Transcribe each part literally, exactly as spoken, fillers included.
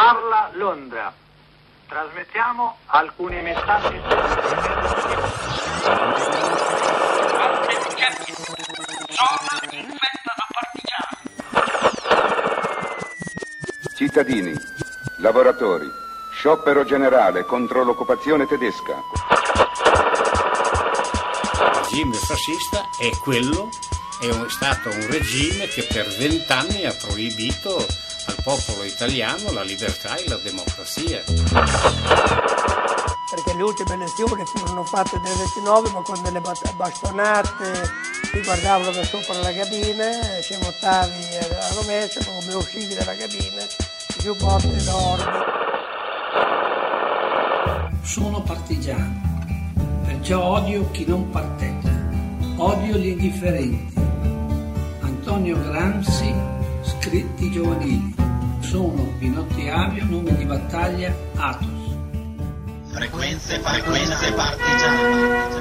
Parla Londra. Trasmettiamo alcuni messaggi. Zona infetta da partigiani. Cittadini, lavoratori, sciopero generale contro l'occupazione tedesca. Il regime fascista è quello, è un, stato un regime che per vent'anni ha proibito al popolo italiano la libertà e la democrazia. Perché le ultime elezioni furono fatte nel ventinove, ma con delle bastonate si guardavano da sopra la cabina, si votavi a rovescio, come uscivi dalla cabina, più volte d'oro. Sono partigiano, perciò odio chi non parteggia, odio gli indifferenti. Antonio Gramsci, scritti giovanili. Sono Pinotti Avio, nome di battaglia Athos. Frequenze, frequenze partigiane.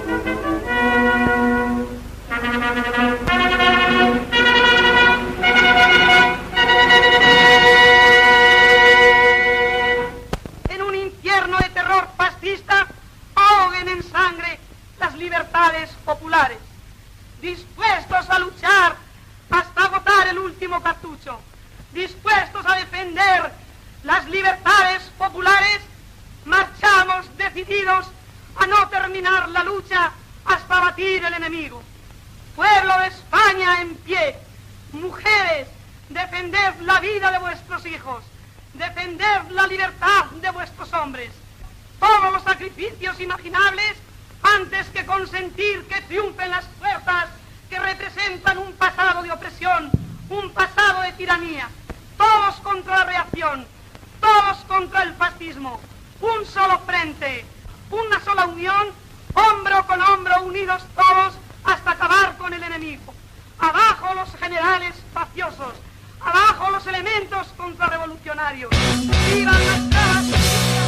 En un infierno de terror fascista ahoguen en sangre las libertades populares, dispuestos a luchar hasta agotar el último cartucho, dispuestos a defender las libertades populares. Marchamos decididos a no terminar la lucha hasta batir el enemigo. Pueblo de España en pie, mujeres, defended la vida de vuestros hijos, defended la libertad de vuestros hombres. Todos los sacrificios imaginables antes que consentir que triunfen las fuerzas que representan un pasado de opresión, un pasado de tiranía. Todos contra la reacción, todos contra el fascismo. Un solo frente, una sola unión, hombro con hombro, unidos todos hasta acabar con el enemigo. Abajo los generales faciosos, abajo los elementos contrarrevolucionarios. ¡Vivan las casas!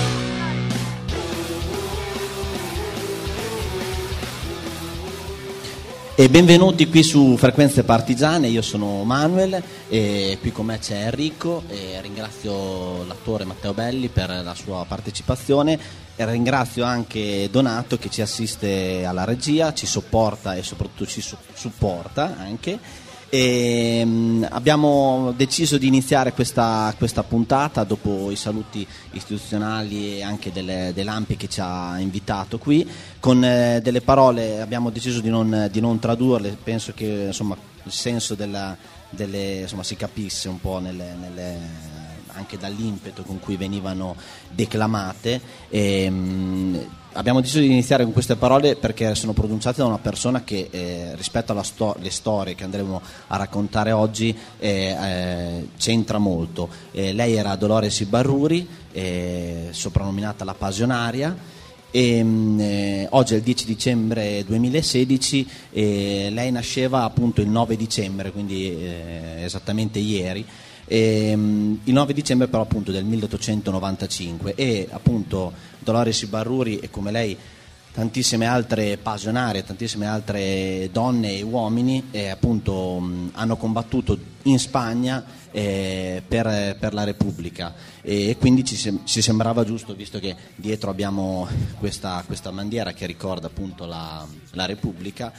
E benvenuti qui su Frequenze Partigiane, io sono Manuel e qui con me c'è Enrico e ringrazio l'attore Matteo Belli per la sua partecipazione e ringrazio anche Donato che ci assiste alla regia, ci sopporta e soprattutto ci su- supporta anche. E, um, abbiamo deciso di iniziare questa, questa puntata dopo i saluti istituzionali e anche delle, dell'Ampi che ci ha invitato qui con eh, delle parole. Abbiamo deciso di non, di non tradurle, penso che insomma il senso della, delle, insomma, si capisse un po' nelle, nelle anche dall'impeto con cui venivano declamate. E, um, abbiamo deciso di iniziare con queste parole perché sono pronunciate da una persona che eh, rispetto alle sto- storie che andremo a raccontare oggi eh, eh, c'entra molto. Eh, lei era Dolores Ibarruri, eh, soprannominata la Passionaria. E, eh, oggi è il dieci dicembre duemilasedici e lei nasceva appunto il nove dicembre, quindi eh, esattamente ieri. E, um, il nove dicembre però appunto del milleottocentonovantacinque e appunto Dolores Ibarruri e come lei tantissime altre passionarie, tantissime altre donne e uomini eh, appunto um, hanno combattuto in Spagna eh, per, per la Repubblica e quindi ci, sem- ci sembrava giusto, visto che dietro abbiamo questa, questa bandiera che ricorda appunto la, la Repubblica,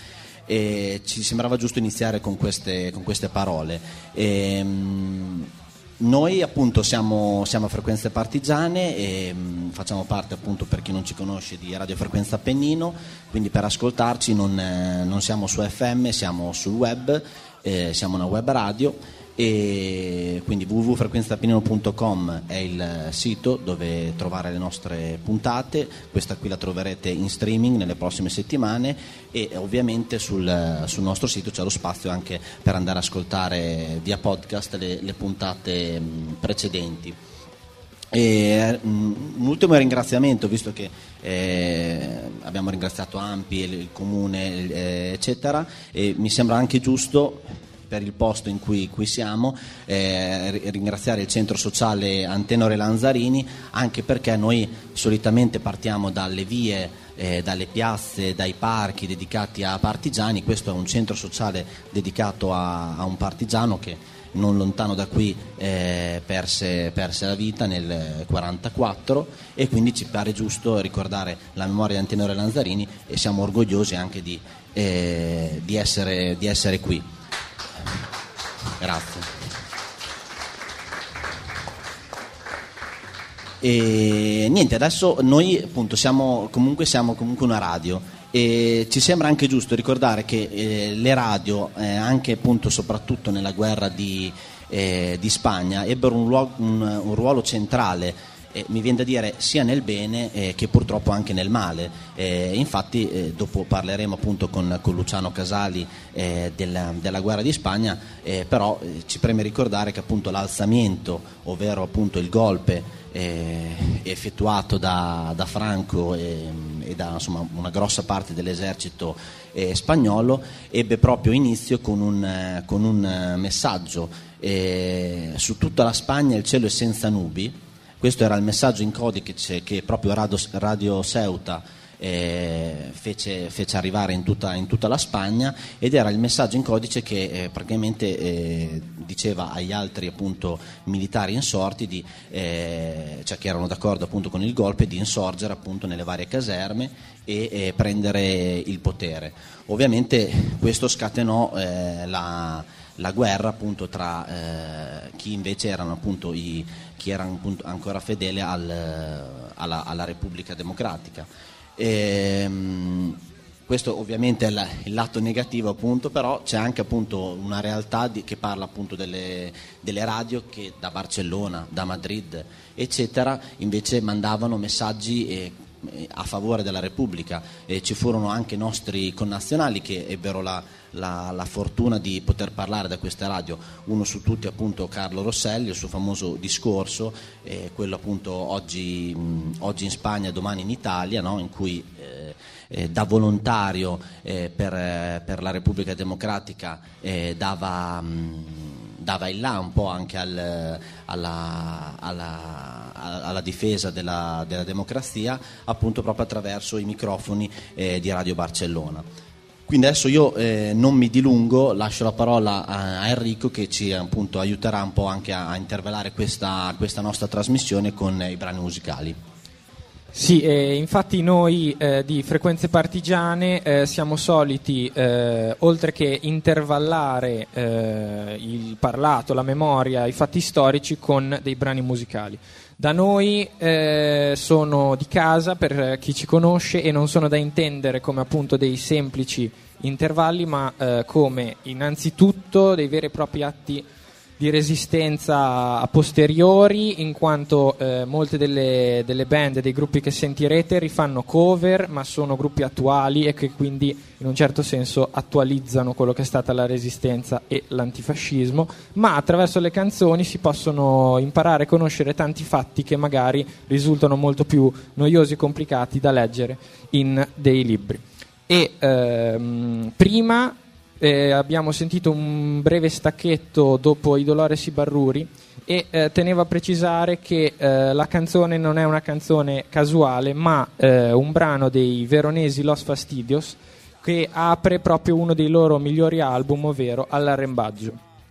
e ci sembrava giusto iniziare con queste, con queste parole. E, um, noi appunto siamo, siamo a Frequenze Partigiane e um, facciamo parte appunto, per chi non ci conosce, di Radio Frequenza Appennino, quindi per ascoltarci non, eh, non siamo su F M, siamo sul web, eh, siamo una web radio. E quindi w w w punto frequenza appennino punto com è il sito dove trovare le nostre puntate. Questa qui la troverete in streaming nelle prossime settimane e ovviamente sul, sul nostro sito c'è lo spazio anche per andare ad ascoltare via podcast le, le puntate mh, precedenti. E, mh, un ultimo ringraziamento, visto che eh, abbiamo ringraziato Ampi, il, il comune eh, eccetera, e mi sembra anche giusto per il posto in cui, cui siamo, eh, ringraziare il centro sociale Antenore Lanzarini, anche perché noi solitamente partiamo dalle vie, eh, dalle piazze, dai parchi dedicati a partigiani. Questo è un centro sociale dedicato a, a un partigiano che non lontano da qui eh, perse, perse la vita nel quarantaquattro, e quindi ci pare giusto ricordare la memoria di Antenore Lanzarini, e siamo orgogliosi anche di, eh, di, essere, di essere qui. Grazie. E niente, adesso noi appunto siamo comunque, siamo comunque una radio, e ci sembra anche giusto ricordare che eh, le radio, eh, anche appunto soprattutto nella guerra di, eh, di Spagna, ebbero un, luogo, un, un ruolo centrale, eh, mi viene da dire sia nel bene eh, che purtroppo anche nel male. Eh, infatti eh, dopo parleremo appunto con, con Luciano Casali eh, della, della guerra di Spagna, eh, però eh, ci preme ricordare che appunto l'alzamento, ovvero appunto il golpe Eh, effettuato da, da Franco e, e da insomma, una grossa parte dell'esercito eh, spagnolo, ebbe proprio inizio con un, eh, con un eh, messaggio eh, su tutta la Spagna il cielo è senza nubi. Questo era il messaggio in codice che proprio Radio, Radio Ceuta Eh, fece, fece arrivare in tutta, in tutta la Spagna, ed era il messaggio in codice che eh, praticamente eh, diceva agli altri appunto militari insorti di, eh, cioè che erano d'accordo appunto con il golpe, di insorgere appunto nelle varie caserme e eh, prendere il potere. Ovviamente questo scatenò eh, la, la guerra appunto tra eh, chi invece erano appunto i, chi era appunto ancora fedele al, alla, alla Repubblica Democratica. E, um, questo ovviamente è la, il lato negativo appunto, però c'è anche appunto una realtà di, che parla appunto delle, delle radio che da Barcellona, da Madrid eccetera invece mandavano messaggi eh, a favore della Repubblica, e ci furono anche nostri connazionali che ebbero la, la, la fortuna di poter parlare da questa radio, uno su tutti appunto Carlo Rosselli, il suo famoso discorso, eh, quello appunto oggi, mh, oggi in Spagna, domani in Italia, no? In cui eh, eh, da volontario eh, per, eh, per la Repubblica Democratica eh, dava... Mh, dava il là un po' anche al, alla, alla, alla difesa della, della democrazia, appunto proprio attraverso i microfoni eh, di Radio Barcellona. Quindi adesso io eh, non mi dilungo, lascio la parola a, a Enrico, che ci appunto aiuterà un po' anche a, a intervallare questa, questa nostra trasmissione con i brani musicali. Sì, eh, infatti noi eh, di Frequenze Partigiane eh, siamo soliti, eh, oltre che intervallare eh, il parlato, la memoria, i fatti storici con dei brani musicali. Da noi eh, sono di casa, per chi ci conosce, e non sono da intendere come appunto dei semplici intervalli, ma eh, come innanzitutto dei veri e propri atti di resistenza a posteriori, in quanto eh, molte delle, delle band, dei gruppi che sentirete rifanno cover, ma sono gruppi attuali e che quindi in un certo senso attualizzano quello che è stata la resistenza e l'antifascismo, ma attraverso le canzoni si possono imparare a conoscere tanti fatti che magari risultano molto più noiosi e complicati da leggere in dei libri. E ehm, prima Eh, abbiamo sentito un breve stacchetto dopo I Dolores y Barruri, e eh, tenevo a precisare che eh, la canzone non è una canzone casuale, ma eh, un brano dei veronesi Los Fastidios, che apre proprio uno dei loro migliori album, ovvero All'arrembaggio.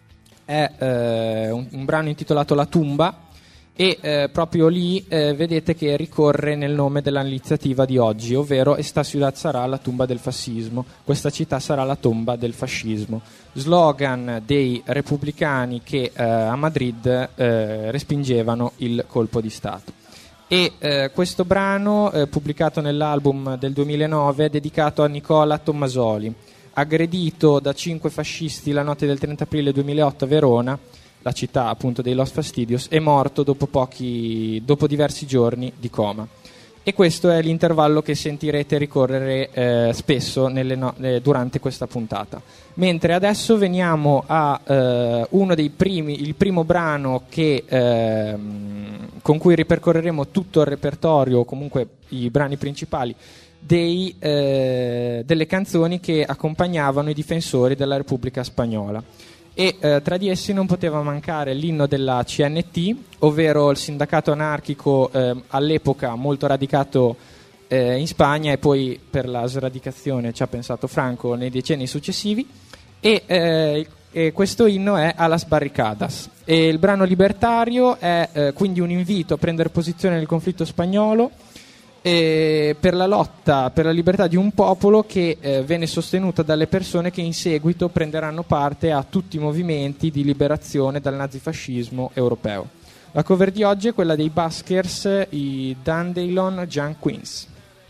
È eh, un, un brano intitolato La Tumba, e eh, proprio lì eh, vedete che ricorre nel nome dell'iniziativa di oggi, ovvero Esta ciudad sarà la tumba del fascismo, questa città sarà la tomba del fascismo, slogan dei repubblicani che eh, a Madrid eh, respingevano il colpo di Stato. E eh, questo brano, eh, pubblicato nell'album del duemilanove, è dedicato a Nicola Tommasoli, aggredito da cinque fascisti la notte del trenta aprile duemilaotto a Verona, la città appunto dei Los Fastidios, è morto dopo pochi dopo diversi giorni di coma. E questo è l'intervallo che sentirete ricorrere eh, spesso nelle no- eh, durante questa puntata. Mentre adesso veniamo a eh, uno dei primi, il primo brano che, eh, con cui ripercorreremo tutto il repertorio, o comunque i brani principali dei, eh, delle canzoni che accompagnavano i difensori della Repubblica Spagnola. E eh, tra di essi non poteva mancare l'inno della C N T, ovvero il sindacato anarchico eh, all'epoca molto radicato eh, in Spagna, e poi per la sradicazione ci ha pensato Franco nei decenni successivi. E eh, E questo inno è A las barricadas. E il brano libertario è eh, quindi un invito a prendere posizione nel conflitto spagnolo e per la lotta per la libertà di un popolo che eh, venne sostenuta dalle persone che in seguito prenderanno parte a tutti i movimenti di liberazione dal nazifascismo europeo. La cover di oggi è quella dei Buskers, i Dandelion Young Queens.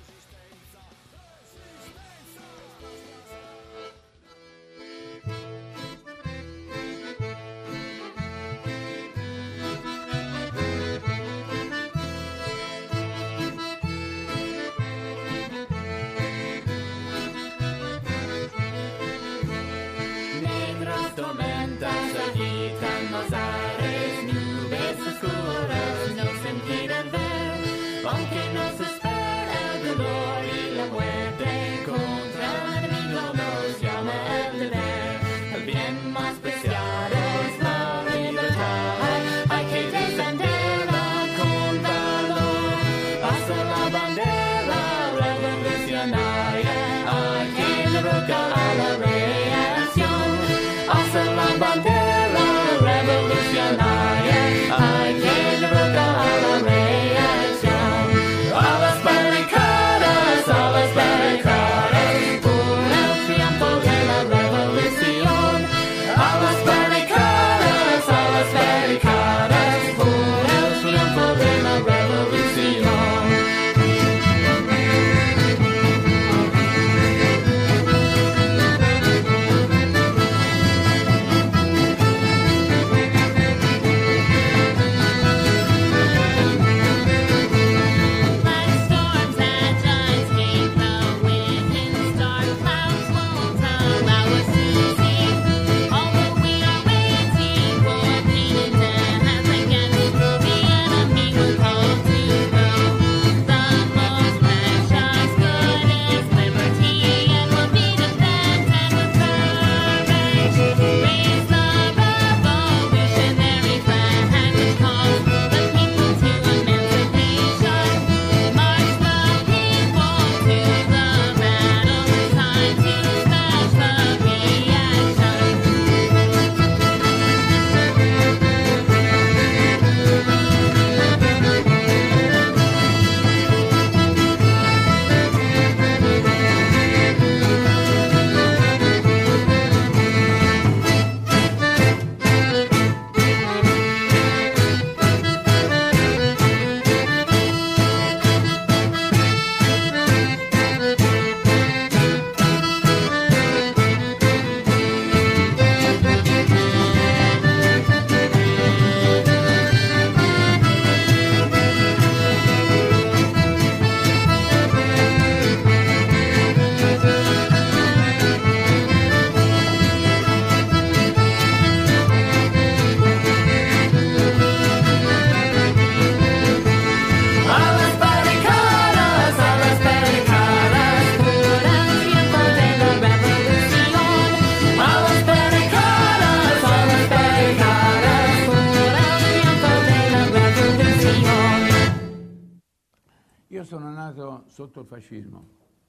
Io sono nato sotto il fascismo,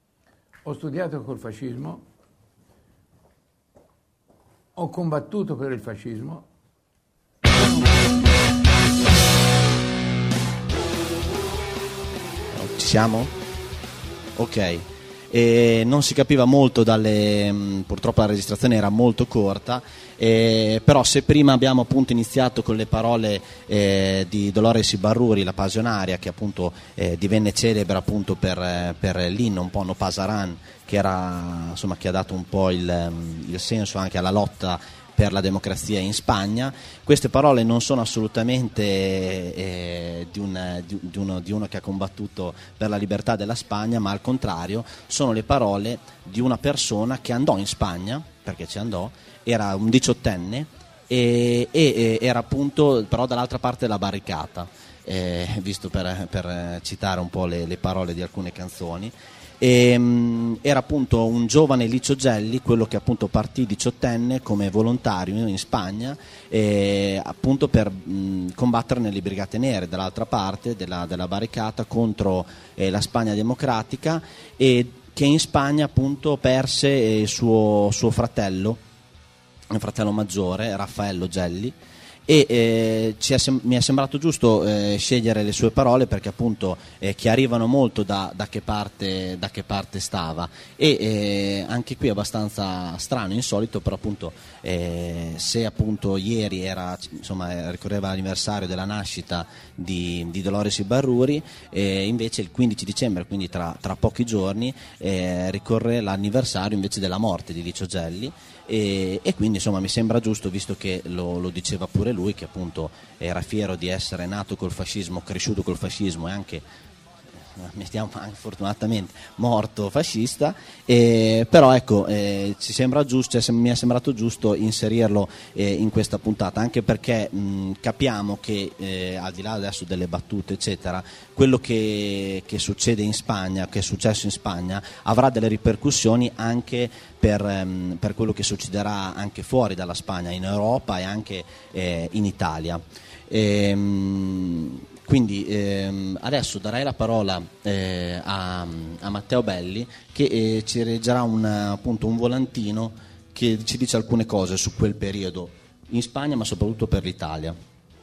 ho studiato col fascismo, ho combattuto per il fascismo. Ci siamo? Ok. E non si capiva molto dalle, purtroppo la registrazione era molto corta, eh, però se prima abbiamo appunto iniziato con le parole eh, di Dolores Ibarruri, la Passionaria, che appunto eh, divenne celebre appunto per, per l'inno un po' No Pasaran, che era insomma che ha dato un po' il, il senso anche alla lotta per la democrazia in Spagna. Queste parole non sono assolutamente eh, di, un, di, di, uno, di uno che ha combattuto per la libertà della Spagna, ma al contrario sono le parole di una persona che andò in Spagna, perché ci andò, era un diciottenne e, e, e era appunto però dall'altra parte della barricata, eh, visto per, per citare un po' le, le parole di alcune canzoni. E, um, era appunto un giovane Licio Gelli, quello che appunto partì diciottenne come volontario in Spagna, eh, appunto per mh, combattere nelle Brigate Nere dall'altra parte della, della barricata contro eh, la Spagna democratica, e che in Spagna appunto perse eh, suo, suo fratello mio fratello maggiore, Raffaello Gelli, e eh, ci è sem- mi è sembrato giusto eh, scegliere le sue parole perché appunto eh, chiarivano molto da, da, che parte, da che parte stava, e eh, anche qui è abbastanza strano, insolito, però appunto eh, se appunto ieri era, insomma, ricorreva l'anniversario della nascita di, di Dolores Ibarruri, eh, invece il quindici dicembre, quindi tra, tra pochi giorni, eh, ricorre l'anniversario invece della morte di Licio Gelli. E, e quindi insomma mi sembra giusto, visto che lo, lo diceva pure lui, che appunto era fiero di essere nato col fascismo, cresciuto col fascismo e anche, mettiamo anche fortunatamente, morto fascista, eh, però ecco, eh, ci sembra giusto, cioè, mi è sembrato giusto inserirlo eh, in questa puntata, anche perché mh, capiamo che eh, al di là adesso delle battute eccetera, quello che, che succede in Spagna, che è successo in Spagna, avrà delle ripercussioni anche per, ehm, per quello che succederà anche fuori dalla Spagna, in Europa e anche eh, in Italia. Ehm, Quindi ehm, adesso darei la parola eh, a, a Matteo Belli, che eh, ci leggerà un, appunto, un volantino che ci dice alcune cose su quel periodo in Spagna, ma soprattutto per l'Italia.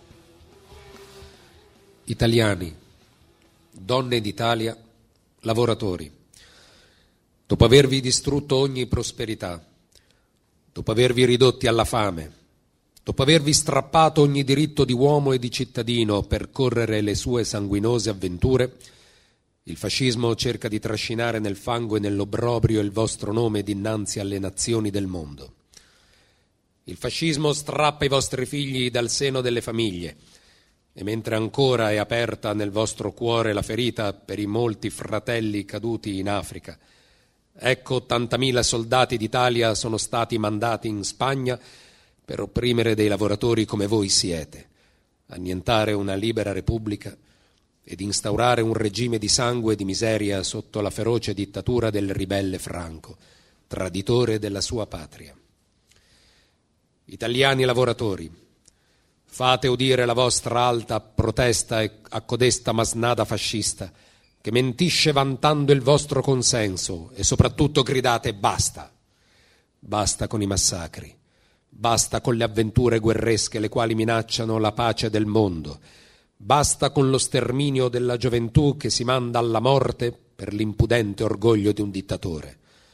Italiani, donne d'Italia, lavoratori, dopo avervi distrutto ogni prosperità, dopo avervi ridotti alla fame, dopo avervi strappato ogni diritto di uomo e di cittadino per correre le sue sanguinose avventure, il fascismo cerca di trascinare nel fango e nell'obbrobrio il vostro nome dinanzi alle nazioni del mondo. Il fascismo strappa i vostri figli dal seno delle famiglie, e mentre ancora è aperta nel vostro cuore la ferita per i molti fratelli caduti in Africa, ecco ottantamila soldati d'Italia sono stati mandati in Spagna per opprimere dei lavoratori come voi siete, annientare una libera repubblica ed instaurare un regime di sangue e di miseria sotto la feroce dittatura del ribelle Franco, traditore della sua patria. Italiani lavoratori, fate udire la vostra alta protesta a codesta masnada fascista che mentisce vantando il vostro consenso, e soprattutto gridate basta, basta con i massacri. Basta con le avventure guerresche le quali minacciano la pace del mondo. Basta con lo sterminio della gioventù che si manda alla morte per l'impudente orgoglio di un dittatore.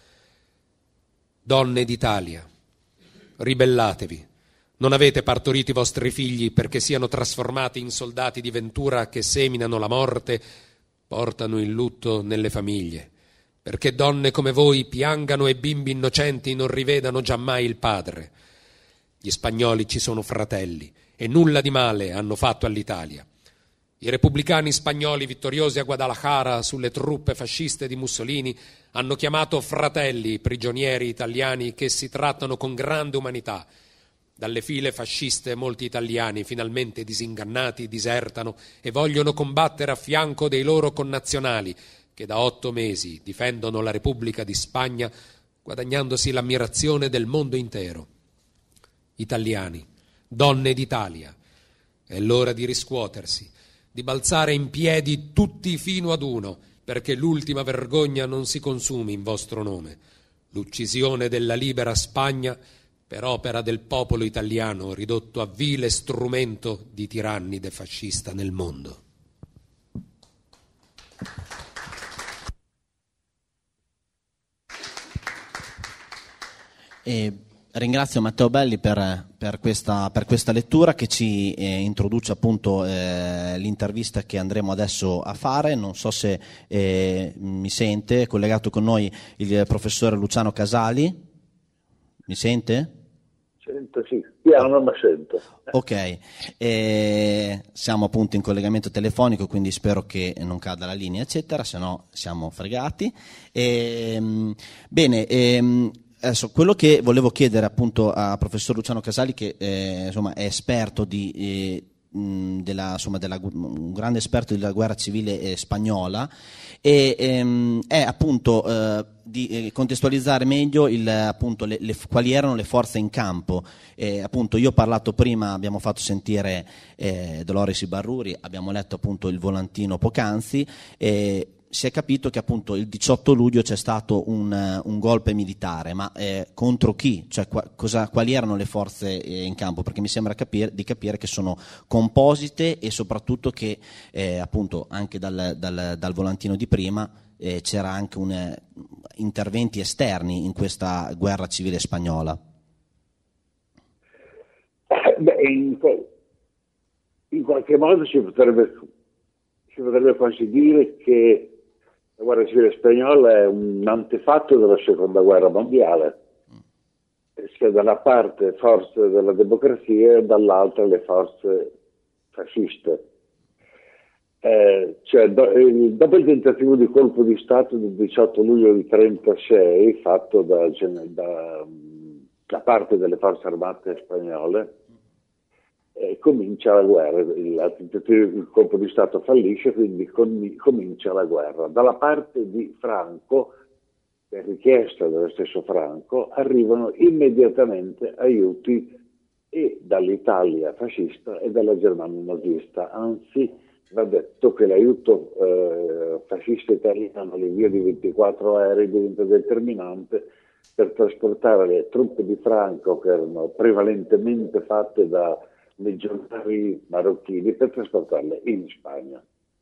Donne d'Italia, ribellatevi. Non avete partorito i vostri figli perché siano trasformati in soldati di Ventura che seminano la morte, portano il lutto nelle famiglie, perché donne come voi piangano e bimbi innocenti non rivedano giammai il padre. Gli spagnoli ci sono fratelli e nulla di male hanno fatto all'Italia. I repubblicani spagnoli vittoriosi a Guadalajara sulle truppe fasciste di Mussolini hanno chiamato fratelli i prigionieri italiani che si trattano con grande umanità. Dalle file fasciste molti italiani, finalmente disingannati, disertano e vogliono combattere a fianco dei loro connazionali che da otto mesi difendono la Repubblica di Spagna, guadagnandosi l'ammirazione del mondo intero. Italiani, donne d'Italia, è l'ora di riscuotersi, di balzare in piedi tutti fino ad uno, perché l'ultima vergogna non si consumi in vostro nome, l'uccisione della libera Spagna per opera del popolo italiano ridotto a vile strumento di tirannide fascista nel mondo. E ringrazio Matteo Belli per, per, questa, per questa lettura che ci eh, introduce appunto eh, l'intervista che andremo adesso a fare. Non so se eh, mi sente, è collegato con noi il professore Luciano Casali. Mi sente? Sento, sì, piano ma sento. Ok, eh, siamo appunto in collegamento telefonico, quindi spero che non cada la linea, eccetera, se no siamo fregati. E, bene, ehm, adesso quello che volevo chiedere appunto a professor Luciano Casali, che eh, insomma è esperto di eh, della, insomma, della, un grande esperto della guerra civile eh, spagnola, e ehm, è appunto eh, di eh, contestualizzare meglio il, appunto, le, le, quali erano le forze in campo. Eh, appunto io ho parlato prima, abbiamo fatto sentire eh, Dolores Ibarruri, abbiamo letto appunto il volantino poc'anzi, eh, si è capito che appunto il diciotto luglio c'è stato un, un golpe militare, ma eh, contro chi? Cioè, qua, cosa, quali erano le forze eh, in campo? Perché mi sembra capire, di capire che sono composite e soprattutto che eh, appunto anche dal, dal, dal volantino di prima eh, c'era anche un, eh, interventi esterni in questa guerra civile spagnola. Beh, in, in qualche modo si potrebbe, si potrebbe quasi dire che la guerra civile spagnola è un antefatto della seconda guerra mondiale, sia da una parte forze della democrazia e dall'altra le forze fasciste. Eh, cioè, do, eh, dopo il tentativo di colpo di Stato del diciotto luglio del trentasei fatto da, da, da parte delle forze armate spagnole, eh, comincia la guerra. Il tentativo di colpo di Stato fallisce, quindi com- comincia la guerra. Dalla parte di Franco, per richiesta dello stesso Franco, arrivano immediatamente aiuti e dall'Italia fascista e dalla Germania nazista, anzi va detto che l'aiuto eh, fascista italiano all'invio di ventiquattro aerei diventa determinante per trasportare le truppe di Franco, che erano prevalentemente fatte da legionari marocchini, per trasportarle in Spagna.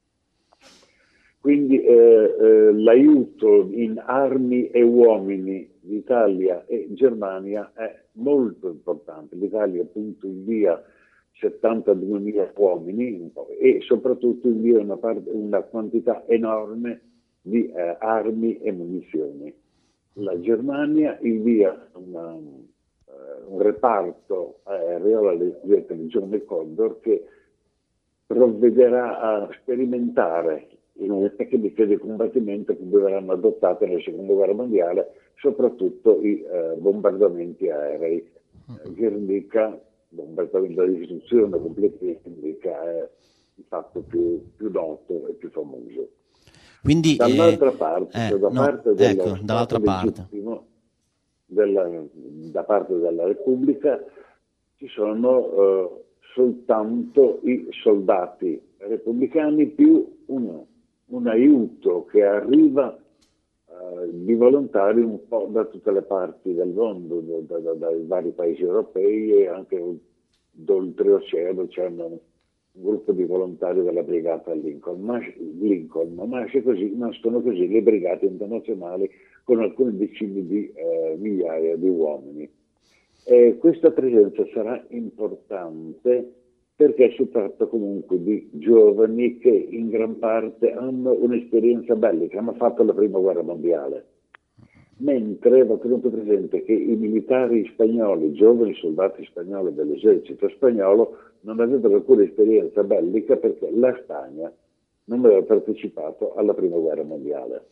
Quindi eh, eh, l'aiuto in armi e uomini di Italia e Germania è molto importante. L'Italia appunto invia settantaduemila uomini e soprattutto invia una, parte, una quantità enorme di eh, armi e munizioni. La Germania invia una, uh, un reparto aereo, la Legione Condor, che provvederà a sperimentare le tecniche di combattimento che verranno adottate nella seconda guerra mondiale, soprattutto i eh, bombardamenti aerei. Guernica, bombardamento di distruzione completa di Guernica, è il fatto più, più noto e più famoso. Quindi, dall'altra eh, parte, eh, cioè da no, parte dello ecco, dall'altra parte. Della, da parte della Repubblica ci sono eh, soltanto i soldati repubblicani più un, un aiuto che arriva eh, di volontari un po' da tutte le parti del mondo, da, da, dai vari paesi europei e anche d'oltreoceano. C'è un, un gruppo di volontari della brigata Lincoln. Ma, Lincoln, ma nasce così, nascono così le brigate internazionali con alcune decine di eh, migliaia di uomini. E questa presenza sarà importante perché si tratta comunque di giovani che in gran parte hanno un'esperienza bellica, hanno fatto la prima guerra mondiale, mentre va tenuto presente che i militari spagnoli, i giovani soldati spagnoli dell'esercito spagnolo, non avevano alcuna esperienza bellica perché la Spagna non aveva partecipato alla prima guerra mondiale.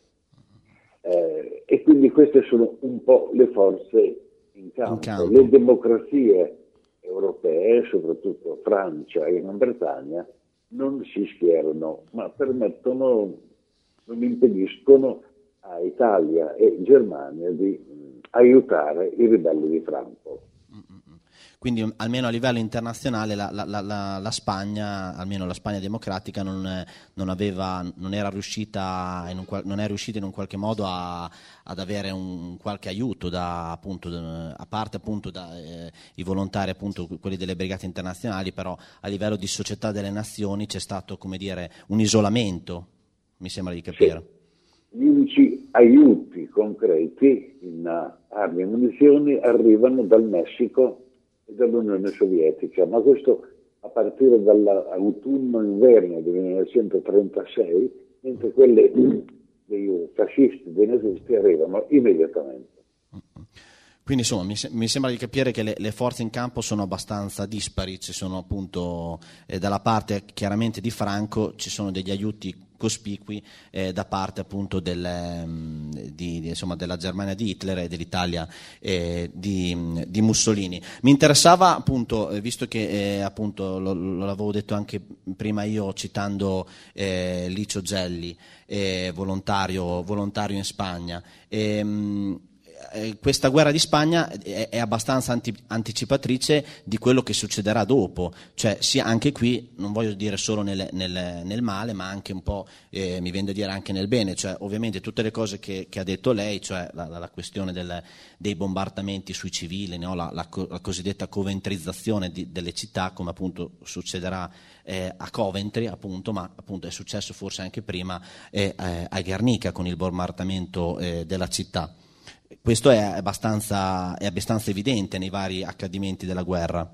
Eh, e quindi queste sono un po' le forze in campo. In campo. Le democrazie europee, soprattutto Francia e Gran Bretagna, non si schierano, ma permettono, non impediscono a Italia e Germania di mh, aiutare i ribelli di Franco. Quindi almeno a livello internazionale la, la, la, la Spagna, almeno la Spagna democratica, non, non, aveva, non era riuscita in un, non è riuscita in un qualche modo a, ad avere un qualche aiuto da, appunto, a parte appunto da, eh, i volontari, appunto quelli delle brigate internazionali, però a livello di società delle nazioni c'è stato, come dire, un isolamento, mi sembra di capire. Sì. Gli unici aiuti concreti in armi e munizioni arrivano dal Messico e dall'Unione Sovietica, ma questo a partire dall'autunno-inverno del millenovecentotrentasei, mentre quelle dei fascisti, dei nazisti arrivano immediatamente. Quindi insomma mi, se- mi sembra di capire che le, le forze in campo sono abbastanza dispari, ci sono appunto eh, dalla parte chiaramente di Franco ci sono degli aiuti cospicui eh, da parte appunto del, di, di, insomma, della Germania di Hitler e dell'Italia eh, di, di Mussolini. Mi interessava appunto, eh, visto che eh, appunto lo, lo avevo detto anche prima io citando eh, Licio Gelli, eh, volontario, volontario in Spagna, ehm, eh, questa guerra di Spagna è, è abbastanza anti, anticipatrice di quello che succederà dopo, cioè sia anche qui, non voglio dire solo nel, nel, nel male, ma anche un po', eh, mi viene da dire anche nel bene, cioè ovviamente tutte le cose che, che ha detto lei, cioè la, la, la questione del, dei bombardamenti sui civili, no? la, la, la cosiddetta coventrizzazione di, delle città, come appunto succederà eh, a Coventry, appunto, ma appunto è successo forse anche prima eh, eh, a Guernica con il bombardamento eh, della città. Questo è abbastanza, è abbastanza evidente nei vari accadimenti della guerra.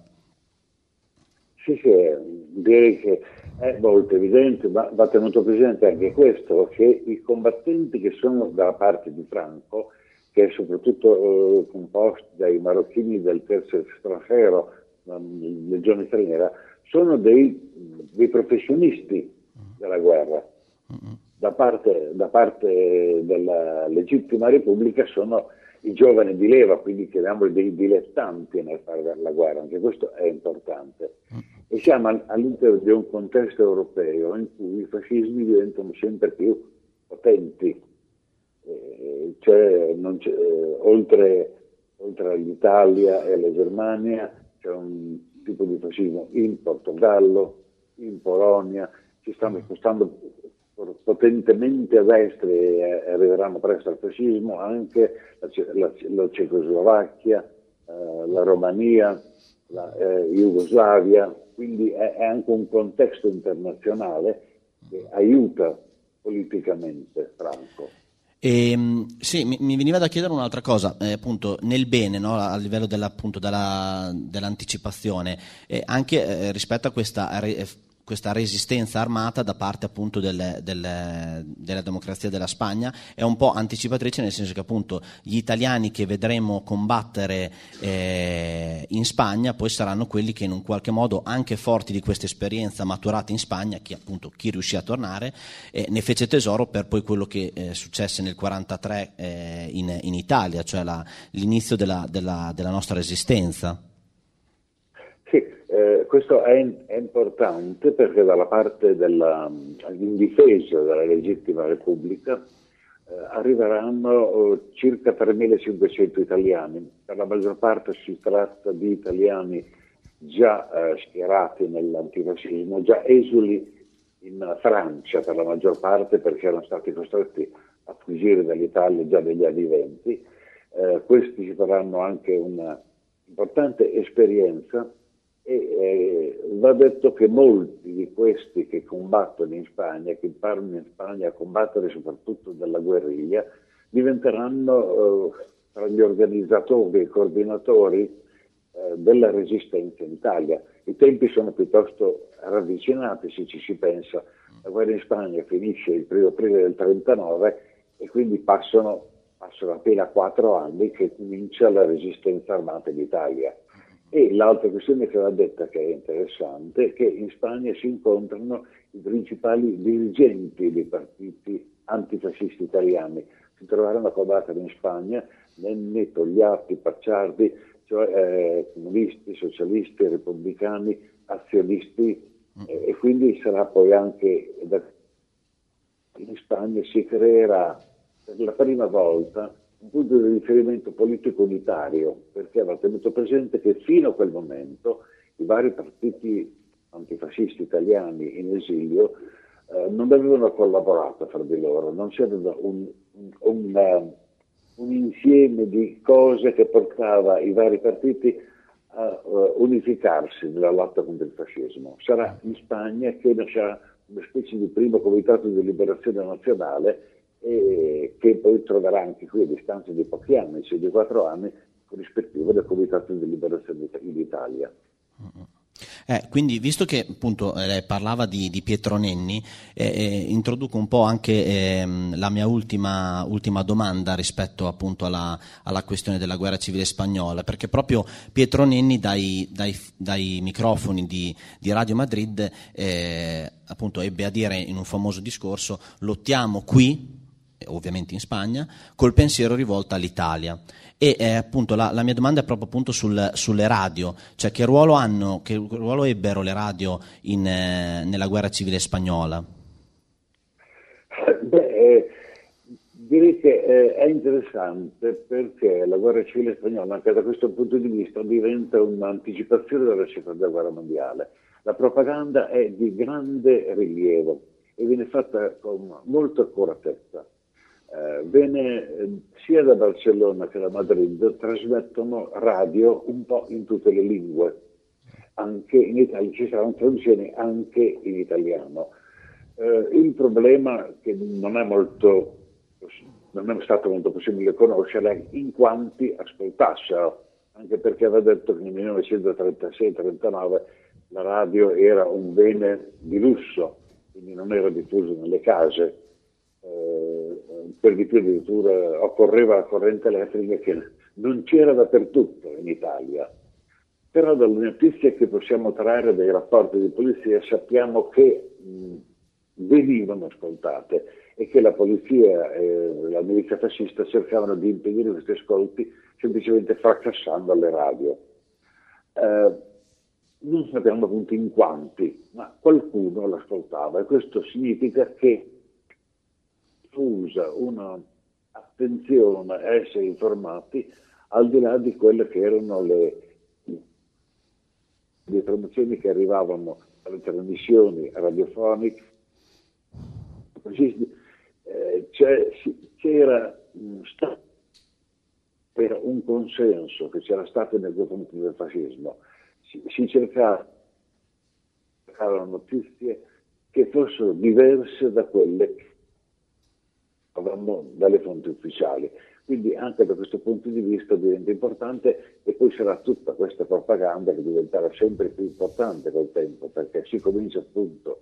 Sì, sì, direi che è molto evidente, ma va tenuto presente anche questo, che i combattenti che sono dalla parte di Franco, che è soprattutto eh, composto dai marocchini del terzo straniero, la legione straniera, sono dei, dei professionisti della guerra. Da parte, da parte della legittima Repubblica sono i giovani di leva, quindi chiamiamoli dei dilettanti nel fare la guerra, anche questo è importante. E siamo all'interno di un contesto europeo in cui i fascismi diventano sempre più potenti, eh, cioè non c'è, eh, oltre, oltre all'Italia e alla Germania c'è un tipo di fascismo in Portogallo, in Polonia, ci stanno spostando potentemente a destra e arriveranno presto al fascismo anche la, la, la Cecoslovacchia, eh, la Romania, la eh, Jugoslavia, quindi è, è anche un contesto internazionale che aiuta politicamente Franco. E, sì, mi, mi veniva da chiedere un'altra cosa, eh, appunto nel bene, no, a livello della, appunto, della, dell'anticipazione, eh, anche eh, rispetto a questa eh, questa resistenza armata da parte appunto del, del, della democrazia della Spagna è un po' anticipatrice, nel senso che appunto gli italiani che vedremo combattere eh, in Spagna poi saranno quelli che in un qualche modo, anche forti di questa esperienza maturata in Spagna, chi appunto chi riuscì a tornare eh, ne fece tesoro per poi quello che eh, successe nel quarantatré eh, in, in Italia, cioè la, l'inizio della, della, della nostra resistenza. Sì. Eh, questo è, è importante perché dalla parte della, in difesa della legittima Repubblica eh, arriveranno eh, circa tremilacinquecento italiani. Per la maggior parte si tratta di italiani già eh, schierati nell'antifascismo, già esuli in Francia per la maggior parte perché erano stati costretti a fuggire dall'Italia già negli anni venti. Eh, questi ci faranno anche una importante esperienza. E eh, va detto che molti di questi che combattono in Spagna, che imparano in Spagna a combattere soprattutto dalla guerriglia, diventeranno eh, tra gli organizzatori e coordinatori eh, della resistenza in Italia. I tempi sono piuttosto ravvicinati se ci si pensa. La guerra in Spagna finisce il primo aprile del trentanove e quindi passano, passano appena quattro anni che comincia la resistenza armata in Italia. E l'altra questione che va detta, che è interessante, è che in Spagna si incontrano i principali dirigenti dei partiti antifascisti italiani. Si troveranno a combattere in Spagna Nenni, Togliatti, Pacciardi, cioè eh, comunisti, socialisti, repubblicani, azionisti, eh, e quindi sarà poi anche da... in Spagna si creerà per la prima volta un punto di riferimento politico unitario, perché va tenuto presente che fino a quel momento i vari partiti antifascisti italiani in esilio eh, non avevano collaborato fra di loro, non c'era un, un, un, un insieme di cose che portava i vari partiti a uh, unificarsi nella lotta contro il fascismo. Sarà in Spagna che nascerà una specie di primo comitato di liberazione nazionale e che poi troverà anche qui a distanza di pochi anni, cioè di quattro anni, corrispettivo del Comitato di Liberazione d'Italia. Eh, quindi, visto che appunto eh, parlava di, di Pietro Nenni, eh, eh, introduco un po' anche eh, la mia ultima, ultima domanda rispetto appunto alla, alla questione della guerra civile spagnola, perché proprio Pietro Nenni dai, dai, dai microfoni di, di Radio Madrid eh, appunto ebbe a dire in un famoso discorso: lottiamo qui, ovviamente in Spagna, col pensiero rivolto all'Italia. E eh, appunto la, la mia domanda è proprio appunto sul, sulle radio, cioè che ruolo hanno, che ruolo ebbero le radio in, eh, nella guerra civile spagnola? Beh, eh, direi che eh, è interessante perché la guerra civile spagnola, anche da questo punto di vista, diventa un'anticipazione della seconda guerra mondiale. La propaganda è di grande rilievo e viene fatta con molta accuratezza. Eh, viene, eh, sia da Barcellona che da Madrid trasmettono radio un po' in tutte le lingue, anche in Italia ci saranno traduzioni anche in italiano. Eh, il problema che non è molto non è stato molto possibile conoscere è in quanti ascoltassero, anche perché aveva detto che nel millenovecentotrentasei trentanove la radio era un bene di lusso, quindi non era diffuso nelle case, eh, per di più addirittura occorreva la corrente elettrica che non c'era dappertutto in Italia. Però dalle notizie che possiamo trarre dai rapporti di polizia sappiamo che mh, venivano ascoltate e che la polizia e la milizia fascista cercavano di impedire questi ascolti semplicemente fracassando le radio. Eh, non sappiamo appunto in quanti, ma qualcuno l'ascoltava e questo significa che usa una attenzione a essere informati al di là di quelle che erano le, le informazioni che arrivavano dalle trasmissioni radiofoniche. Così, eh, c'era mh, stato per un consenso che c'era stato nei confronti del fascismo, si, si cercava notizie che fossero diverse da quelle che avevamo dalle fonti ufficiali. Quindi anche da questo punto di vista diventa importante e poi sarà tutta questa propaganda che diventerà sempre più importante col tempo, perché si comincia appunto,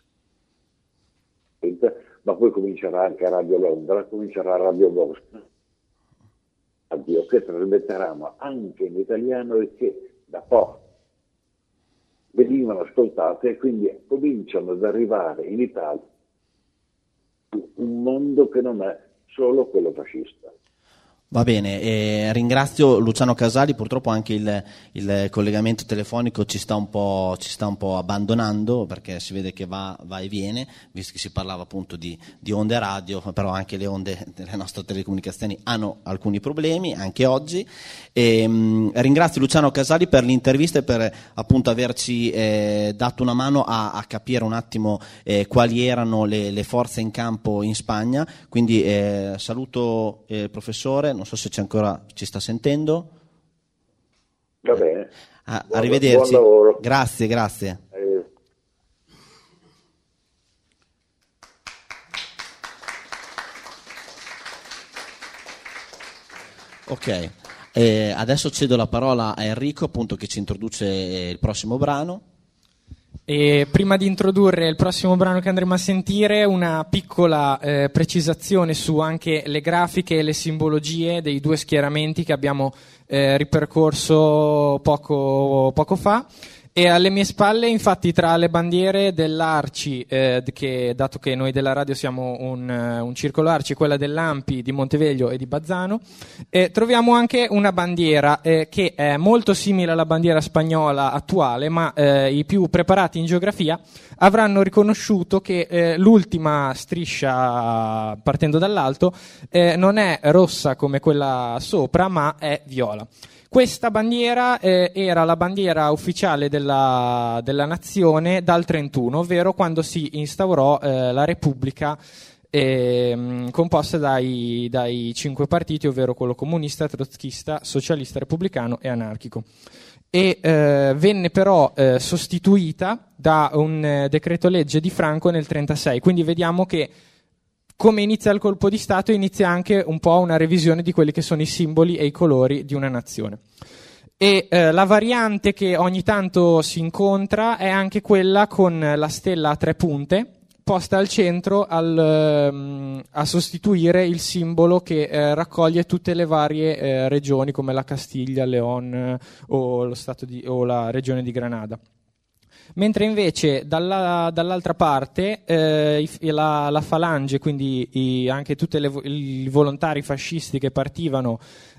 ma poi comincerà anche Radio Londra, comincerà Radio Boston, radio che trasmetteranno anche in italiano e che da poco venivano ascoltate e quindi cominciano ad arrivare in Italia un mondo che non è solo quello fascista. Va bene, eh, ringrazio Luciano Casali, purtroppo anche il, il collegamento telefonico ci sta un po', ci sta un po' abbandonando perché si vede che va, va e viene, visto che si parlava appunto di, di onde radio, però anche le onde delle nostre telecomunicazioni hanno alcuni problemi, anche oggi. E, mh, ringrazio Luciano Casali per l'intervista e per appunto averci eh, dato una mano a, a capire un attimo eh, quali erano le, le forze in campo in Spagna, quindi eh, saluto eh, il professore. Non so se c'è ancora, ci sta sentendo. Va bene. Ah, buon, arrivederci. Buon lavoro. Grazie, grazie. Eh. Ok, eh, adesso cedo la parola a Enrico, appunto, che ci introduce il prossimo brano. E prima di introdurre il prossimo brano che andremo a sentire, una piccola eh, precisazione su anche le grafiche e le simbologie dei due schieramenti che abbiamo eh, ripercorso poco, poco fa. E alle mie spalle, infatti, tra le bandiere dell'Arci, eh, che, dato che noi della radio siamo un, un circolo Arci, quella dell'Ampi, di Monteveglio e di Bazzano, eh, troviamo anche una bandiera eh, che è molto simile alla bandiera spagnola attuale, ma eh, i più preparati in geografia avranno riconosciuto che eh, l'ultima striscia, partendo dall'alto, eh, non è rossa come quella sopra, ma è viola. Questa bandiera eh, era la bandiera ufficiale della, della nazione dal trentuno, ovvero quando si instaurò eh, la Repubblica eh, composta dai, dai cinque partiti, ovvero quello comunista, trotschista, socialista, repubblicano e anarchico. E eh, venne però eh, sostituita da un eh, decreto legge di Franco nel trentasei, quindi vediamo che come inizia il colpo di Stato, inizia anche un po' una revisione di quelli che sono i simboli e i colori di una nazione. E eh, la variante che ogni tanto si incontra è anche quella con la stella a tre punte, posta al centro al, um, a sostituire il simbolo che eh, raccoglie tutte le varie eh, regioni, come la Castiglia, León eh, o, lo stato di, o la regione di Granada. Mentre invece dalla, dall'altra parte eh, la, la falange, quindi i, anche tutti i volontari fascisti che partivano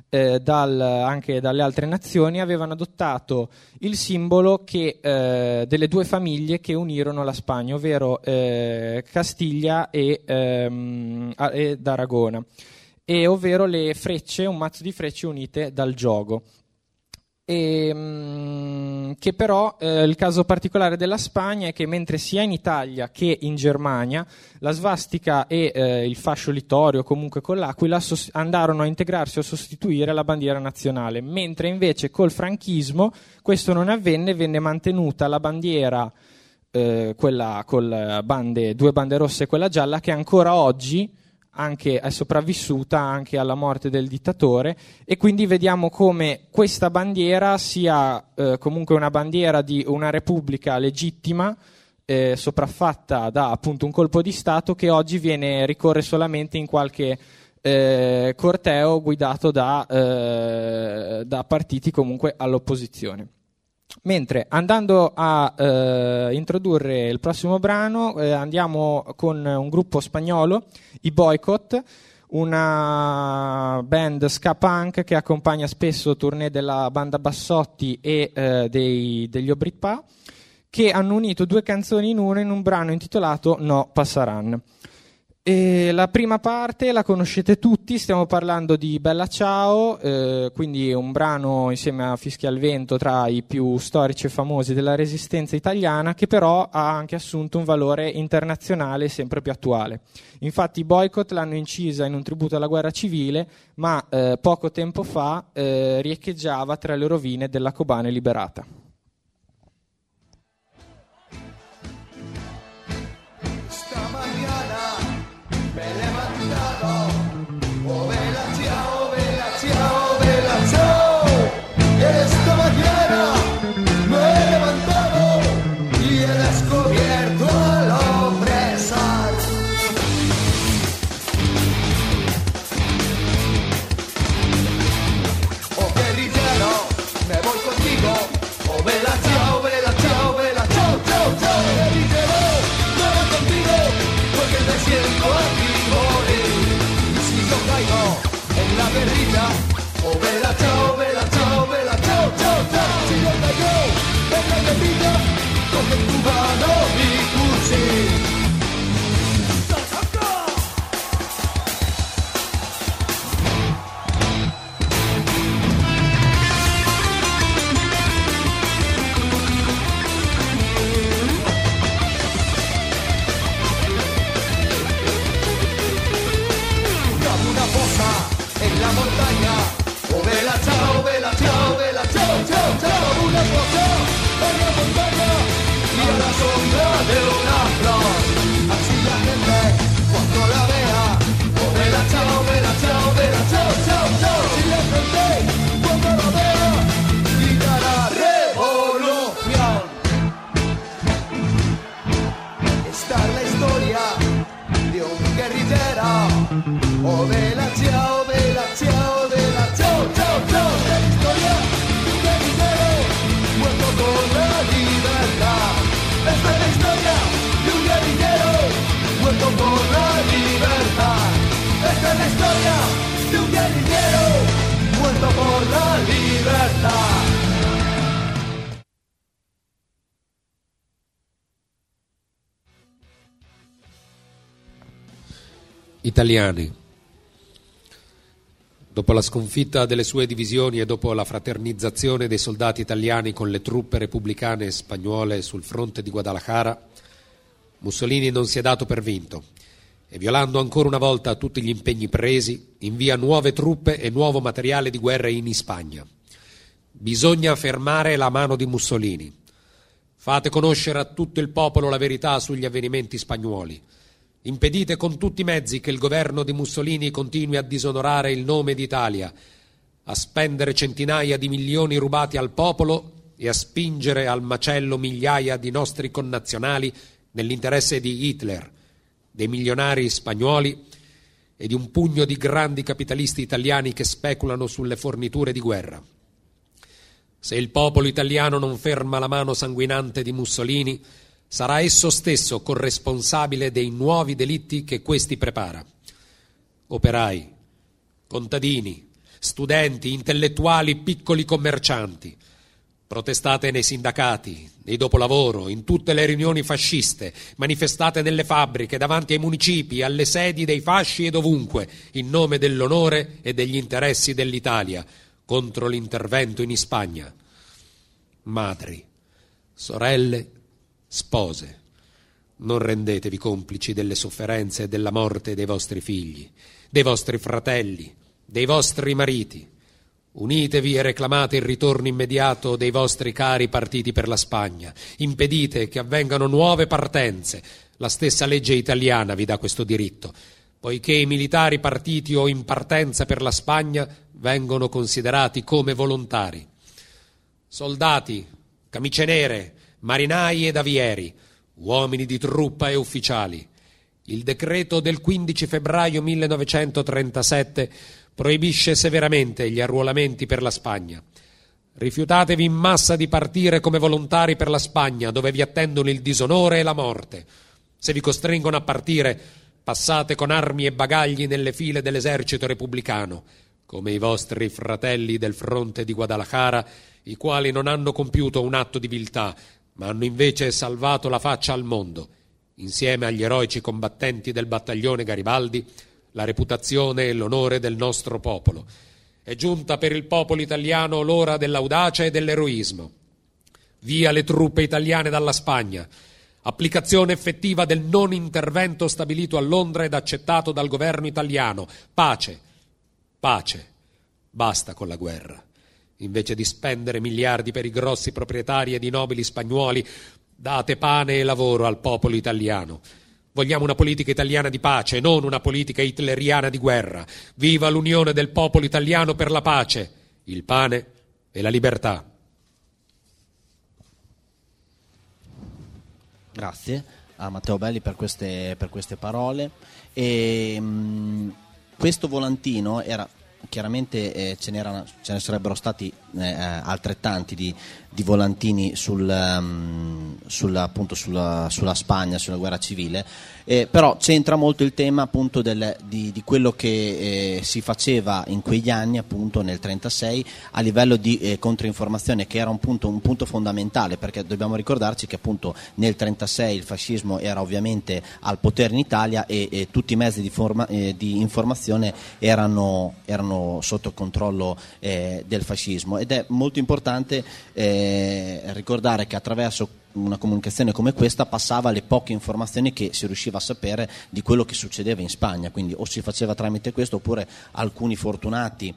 eh, dal, anche dalle altre nazioni, avevano adottato il simbolo che, eh, delle due famiglie che unirono la Spagna, ovvero eh, Castiglia e, ehm, ed Aragona, e ovvero le frecce, un mazzo di frecce unite dal giogo. E, mh, che però eh, il caso particolare della Spagna è che mentre sia in Italia che in Germania la svastica e eh, il fascio littorio, comunque con l'aquila, sos- andarono a integrarsi o sostituire la bandiera nazionale, mentre invece col franchismo questo non avvenne, venne mantenuta la bandiera, eh, quella con bande, due bande rosse e quella gialla, che ancora oggi anche è sopravvissuta anche alla morte del dittatore, e quindi vediamo come questa bandiera sia eh, comunque una bandiera di una repubblica legittima, eh, sopraffatta da appunto un colpo di Stato, che oggi viene ricorre solamente in qualche eh, corteo guidato da, eh, da partiti comunque all'opposizione. Mentre andando a eh, introdurre il prossimo brano, eh, andiamo con un gruppo spagnolo, i Boycott, una band ska punk che accompagna spesso tournée della banda Bassotti e eh, dei, degli Obritpa, che hanno unito due canzoni in una in un brano intitolato No Passaran. E la prima parte la conoscete tutti, stiamo parlando di Bella Ciao, eh, quindi un brano insieme a Fischia al Vento tra i più storici e famosi della resistenza italiana, che però ha anche assunto un valore internazionale sempre più attuale. Infatti i Boycott l'hanno incisa in un tributo alla guerra civile, ma eh, poco tempo fa eh, riecheggiava tra le rovine della Kobane liberata. Oh bella ciao, bella ciao, bella ciao, ciao, ciao. Si nota yo, en la guerrilla, coge tu mano mi fusil. Dame una fosa en la montaña. Oh bella ciao, bella ciao, bella ciao, ciao, ciao. Una fosa en la montaña y a la sombra de una flor. Así la gente cuando la vea. Oh bella ciao, bella ciao, bella ciao, ciao, ciao. Si la gente cuando la vea gritará revolución. Esta es la historia de un guerrillero. Oh bella ciao, bella ciao, bella ciao, ciao, ciao. Es la historia de un guerrillero muerto por la libertad. Esta es la historia de un guerrillero muerto por la libertad. Esta es la historia de un guerrillero muerto por la libertad. Italiani. Dopo la sconfitta delle sue divisioni e dopo la fraternizzazione dei soldati italiani con le truppe repubblicane e spagnole sul fronte di Guadalajara, Mussolini non si è dato per vinto e, violando ancora una volta tutti gli impegni presi, invia nuove truppe e nuovo materiale di guerra in Spagna. Bisogna fermare la mano di Mussolini. Fate conoscere a tutto il popolo la verità sugli avvenimenti spagnuoli. Impedite con tutti i mezzi che il governo di Mussolini continui a disonorare il nome d'Italia, a spendere centinaia di milioni rubati al popolo e a spingere al macello migliaia di nostri connazionali nell'interesse di Hitler, dei milionari spagnoli e di un pugno di grandi capitalisti italiani che speculano sulle forniture di guerra. Se il popolo italiano non ferma la mano sanguinante di Mussolini, sarà esso stesso corresponsabile dei nuovi delitti che questi prepara. Operai, contadini, studenti, intellettuali, piccoli commercianti. Protestate nei sindacati, nei dopolavoro, in tutte le riunioni fasciste, manifestate nelle fabbriche, davanti ai municipi, alle sedi dei fasci e dovunque, in nome dell'onore e degli interessi dell'Italia, contro l'intervento in Spagna. Madri, sorelle, spose, non rendetevi complici delle sofferenze e della morte dei vostri figli, dei vostri fratelli, dei vostri mariti. Unitevi e reclamate il ritorno immediato dei vostri cari partiti per la Spagna. Impedite che avvengano nuove partenze. La stessa legge italiana vi dà questo diritto, poiché i militari partiti o in partenza per la Spagna vengono considerati come volontari. Soldati, camicie nere, marinai ed avieri, uomini di truppa e ufficiali. Il decreto del quindici febbraio millenovecentotrentasette proibisce severamente gli arruolamenti per la Spagna. Rifiutatevi in massa di partire come volontari per la Spagna, dove vi attendono il disonore e la morte. Se vi costringono a partire, passate con armi e bagagli nelle file dell'esercito repubblicano, come i vostri fratelli del fronte di Guadalajara, i quali non hanno compiuto un atto di viltà, ma hanno invece salvato la faccia al mondo, insieme agli eroici combattenti del battaglione Garibaldi, la reputazione e l'onore del nostro popolo. È giunta per il popolo italiano l'ora dell'audacia e dell'eroismo. Via le truppe italiane dalla Spagna. Applicazione effettiva del non intervento stabilito a Londra ed accettato dal governo italiano. Pace. Pace. Basta con la guerra. Invece di spendere miliardi per i grossi proprietari ed i nobili spagnuoli, date pane e lavoro al popolo italiano. Vogliamo una politica italiana di pace, non una politica hitleriana di guerra. Viva l'unione del popolo italiano per la pace, il pane e la libertà. Grazie a Matteo Belli per queste, per queste parole. E, mh, questo volantino era... Chiaramente eh, ce, n'erano, ce ne sarebbero stati eh, altrettanti di, di volantini sul, um, sulla, appunto sulla, sulla Spagna, sulla guerra civile, eh, però c'entra molto il tema appunto del, di, di quello che eh, si faceva in quegli anni, appunto nel trentasei, a livello di eh, controinformazione, che era un punto, un punto fondamentale, perché dobbiamo ricordarci che appunto nel trentasei il fascismo era ovviamente al potere in Italia e, e tutti i mezzi di, forma, eh, di informazione erano, erano sotto controllo eh, del fascismo, ed è molto importante eh, ricordare che attraverso una comunicazione come questa passava le poche informazioni che si riusciva a sapere di quello che succedeva in Spagna, quindi o si faceva tramite questo oppure alcuni fortunati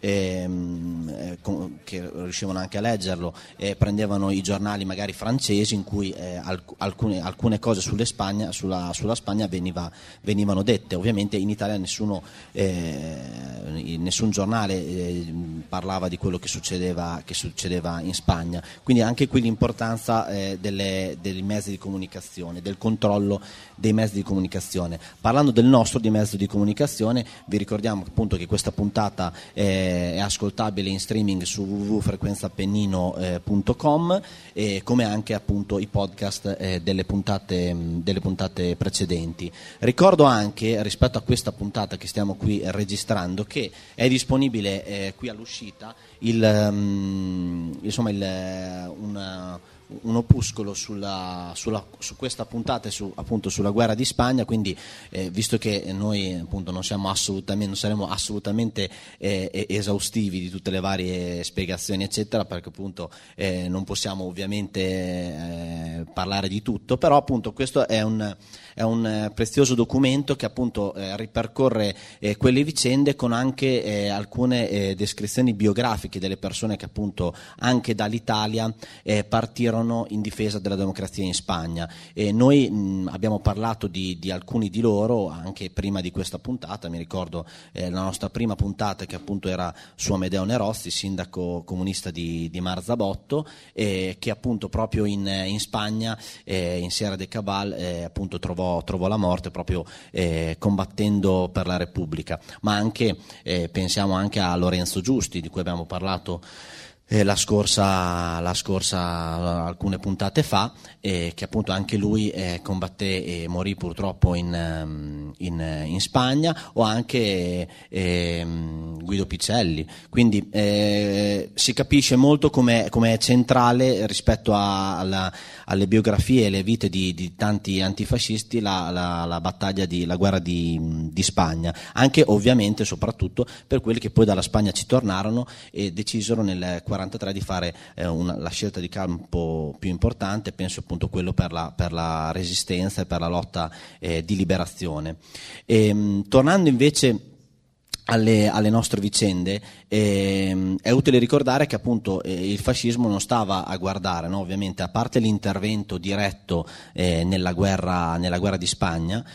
Ehm, che riuscivano anche a leggerlo, eh, prendevano i giornali magari francesi in cui eh, alc- alcune, alcune cose sulle Spagna, sulla, sulla Spagna veniva, venivano dette. Ovviamente in Italia nessuno, eh, nessun giornale eh, parlava di quello che succedeva, che succedeva in Spagna, quindi anche qui l'importanza eh, delle, dei mezzi di comunicazione, del controllo dei mezzi di comunicazione. Parlando del nostro di mezzo di comunicazione, vi ricordiamo appunto che questa puntata eh, è ascoltabile in streaming su w w w punto frequenza appennino punto com, e come anche appunto i podcast eh, delle, puntate, delle puntate precedenti. Ricordo anche rispetto a questa puntata che stiamo qui registrando che è disponibile eh, qui all'uscita il, um, insomma il, una, un opuscolo sulla, sulla, su questa puntata e su, appunto sulla guerra di Spagna, quindi eh, visto che noi appunto non siamo assolutamente non saremo assolutamente eh, esaustivi di tutte le varie spiegazioni eccetera, perché appunto eh, non possiamo ovviamente eh, parlare di tutto, però appunto questo è un è un eh, prezioso documento che appunto eh, ripercorre eh, quelle vicende con anche eh, alcune eh, descrizioni biografiche delle persone che appunto anche dall'Italia eh, partirono in difesa della democrazia in Spagna. E noi mh, abbiamo parlato di, di alcuni di loro anche prima di questa puntata. Mi ricordo eh, la nostra prima puntata che appunto era su Amedeo Nerozzi, sindaco comunista di, di Marzabotto, eh, che appunto proprio in, in Spagna, eh, in Sierra de Cabal, eh, appunto trovò trovò la morte proprio eh, combattendo per la Repubblica. Ma anche eh, pensiamo anche a Lorenzo Giusti, di cui abbiamo parlato Eh, la scorsa, la scorsa alcune puntate fa, eh, che appunto anche lui eh, combatté e morì purtroppo in, in, in Spagna, o anche eh, Guido Picelli, quindi eh, si capisce molto come è centrale rispetto a, alla, alle biografie e le vite di, di tanti antifascisti la, la, la battaglia di la guerra di, di Spagna, anche ovviamente soprattutto per quelli che poi dalla Spagna ci tornarono e decisero nel quarantatré di fare eh, una, la scelta di campo più importante, penso appunto quello per la, per la resistenza e per la lotta eh, di liberazione. E, mh, tornando invece Alle, alle nostre vicende, eh, è utile ricordare che appunto eh, il fascismo non stava a guardare, no? Ovviamente, a parte l'intervento diretto eh, nella guerra nella guerra di Spagna,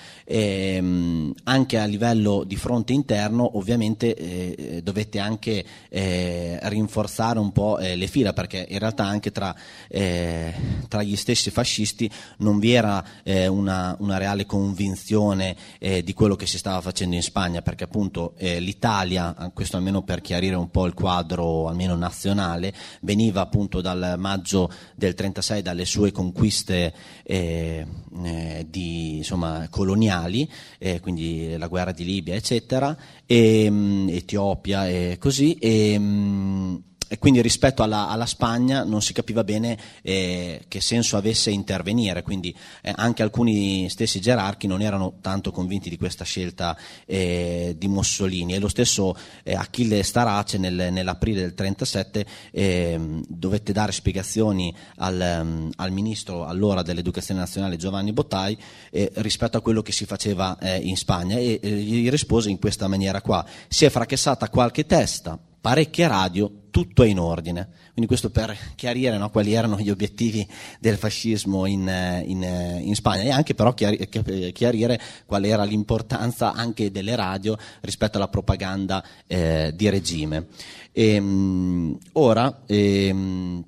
eh, anche a livello di fronte interno ovviamente eh, dovette anche eh, rinforzare un po' eh, le fila, perché in realtà anche tra, eh, tra gli stessi fascisti non vi era eh, una, una reale convinzione eh, di quello che si stava facendo in Spagna, perché appunto eh, l'Italia, questo almeno per chiarire un po' il quadro almeno nazionale, veniva appunto dal maggio del trentasei dalle sue conquiste eh, eh, di, insomma, coloniali, eh, quindi la guerra di Libia eccetera, e, mh, Etiopia e così, e, mh, e quindi rispetto alla, alla Spagna non si capiva bene eh, che senso avesse intervenire, quindi eh, anche alcuni stessi gerarchi non erano tanto convinti di questa scelta eh, di Mussolini, e lo stesso eh, Achille Starace nel, nell'aprile del trentasette eh, dovette dare spiegazioni al, um, al ministro allora dell'Educazione Nazionale Giovanni Bottai eh, rispetto a quello che si faceva eh, in Spagna, e eh, gli rispose in questa maniera qua: si è fracassata qualche testa, parecchie radio, tutto è in ordine. Quindi questo per chiarire, no, quali erano gli obiettivi del fascismo in, in, in Spagna, e anche però chiarire qual era l'importanza anche delle radio rispetto alla propaganda eh, di regime. E, mh, ora ehm,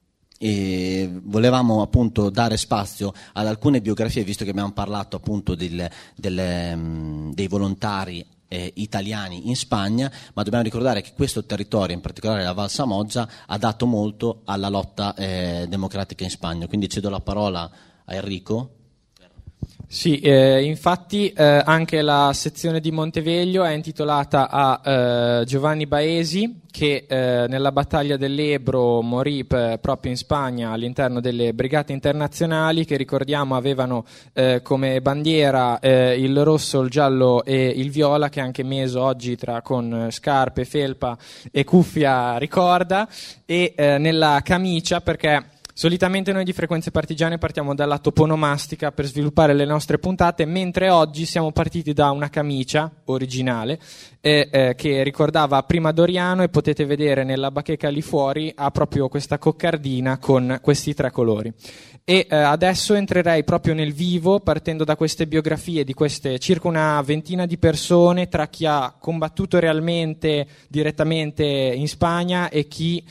E volevamo appunto dare spazio ad alcune biografie, visto che abbiamo parlato appunto del, del, um, dei volontari eh, italiani in Spagna, ma dobbiamo ricordare che questo territorio, in particolare la Val Samoggia, ha dato molto alla lotta eh, democratica in Spagna. Quindi cedo la parola a Enrico. Sì, eh, infatti eh, anche la sezione di Monteveglio è intitolata a eh, Giovanni Baesi, che eh, nella battaglia dell'Ebro morì p- proprio in Spagna all'interno delle brigate internazionali, che ricordiamo avevano eh, come bandiera eh, il rosso, il giallo e il viola, che anche Meso oggi tra con scarpe, felpa e cuffia ricorda, e eh, nella camicia, perché solitamente noi di Frequenze Partigiane partiamo dalla toponomastica per sviluppare le nostre puntate, mentre oggi siamo partiti da una camicia originale eh, eh, che ricordava prima Doriano, e potete vedere nella bacheca lì fuori ha proprio questa coccardina con questi tre colori. E eh, adesso entrerei proprio nel vivo, partendo da queste biografie di queste circa una ventina di persone, tra chi ha combattuto realmente direttamente in Spagna e chi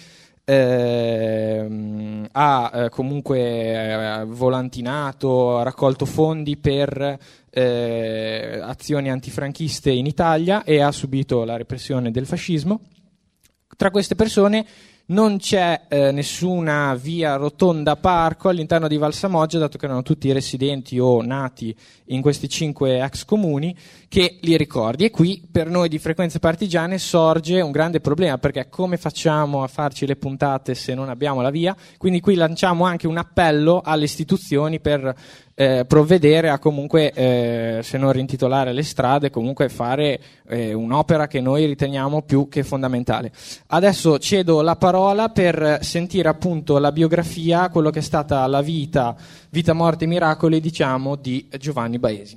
Eh, ha eh, comunque eh, volantinato, raccolto fondi per eh, azioni antifranchiste in Italia e ha subito la repressione del fascismo. Tra queste persone non c'è eh, nessuna via rotonda parco all'interno di Val Samoggia, dato che erano tutti residenti o nati in questi cinque ex comuni, che li ricordi. E qui per noi di Frequenze Partigiane sorge un grande problema, perché come facciamo a farci le puntate se non abbiamo la via? Quindi qui lanciamo anche un appello alle istituzioni per eh, provvedere a comunque, eh, se non rintitolare le strade, comunque fare eh, un'opera che noi riteniamo più che fondamentale. Adesso cedo la parola per sentire appunto la biografia, quello che è stata la vita, vita, morte e miracoli, diciamo, di Giovanni Baesi.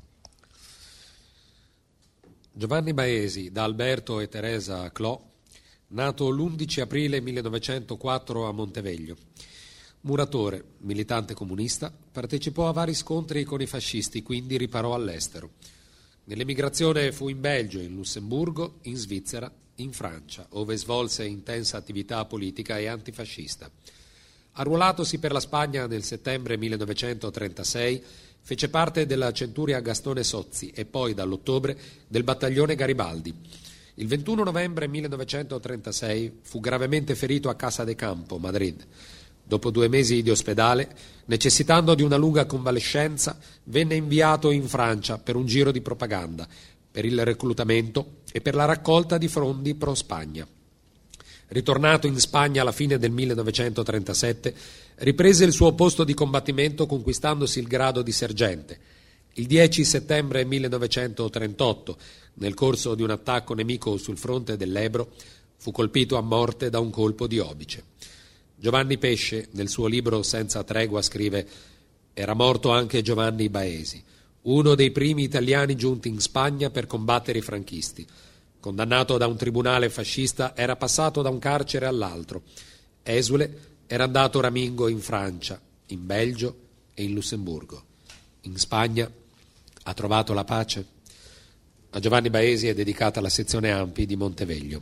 Giovanni Baesi, da Alberto e Teresa Clò, nato l'undici aprile millenovecentoquattro a Monteveglio. Muratore, militante comunista, partecipò a vari scontri con i fascisti, quindi riparò all'estero. Nell'emigrazione fu in Belgio, in Lussemburgo, in Svizzera, in Francia, ove svolse intensa attività politica e antifascista. Arruolatosi per la Spagna nel settembre millenovecentotrentasei, fece parte della centuria Gastone Sozzi e poi dall'ottobre del battaglione Garibaldi. Il ventuno novembre millenovecentotrentasei fu gravemente ferito a Casa de Campo, Madrid. Dopo due mesi di ospedale, necessitando di una lunga convalescenza, venne inviato in Francia per un giro di propaganda, per il reclutamento e per la raccolta di fondi pro Spagna. Ritornato in Spagna alla fine del millenovecentotrentasette, riprese il suo posto di combattimento conquistandosi il grado di sergente. Il dieci settembre millenovecentotrentotto, nel corso di un attacco nemico sul fronte dell'Ebro, fu colpito a morte da un colpo di obice. Giovanni Pesce, nel suo libro Senza tregua, scrive: «Era morto anche Giovanni Baesi, uno dei primi italiani giunti in Spagna per combattere i franchisti. Condannato da un tribunale fascista, era passato da un carcere all'altro. Esule era andato ramingo in Francia, in Belgio e in Lussemburgo. In Spagna ha trovato la pace?» A Giovanni Baesi è dedicata la sezione Ampi di Monteveglio.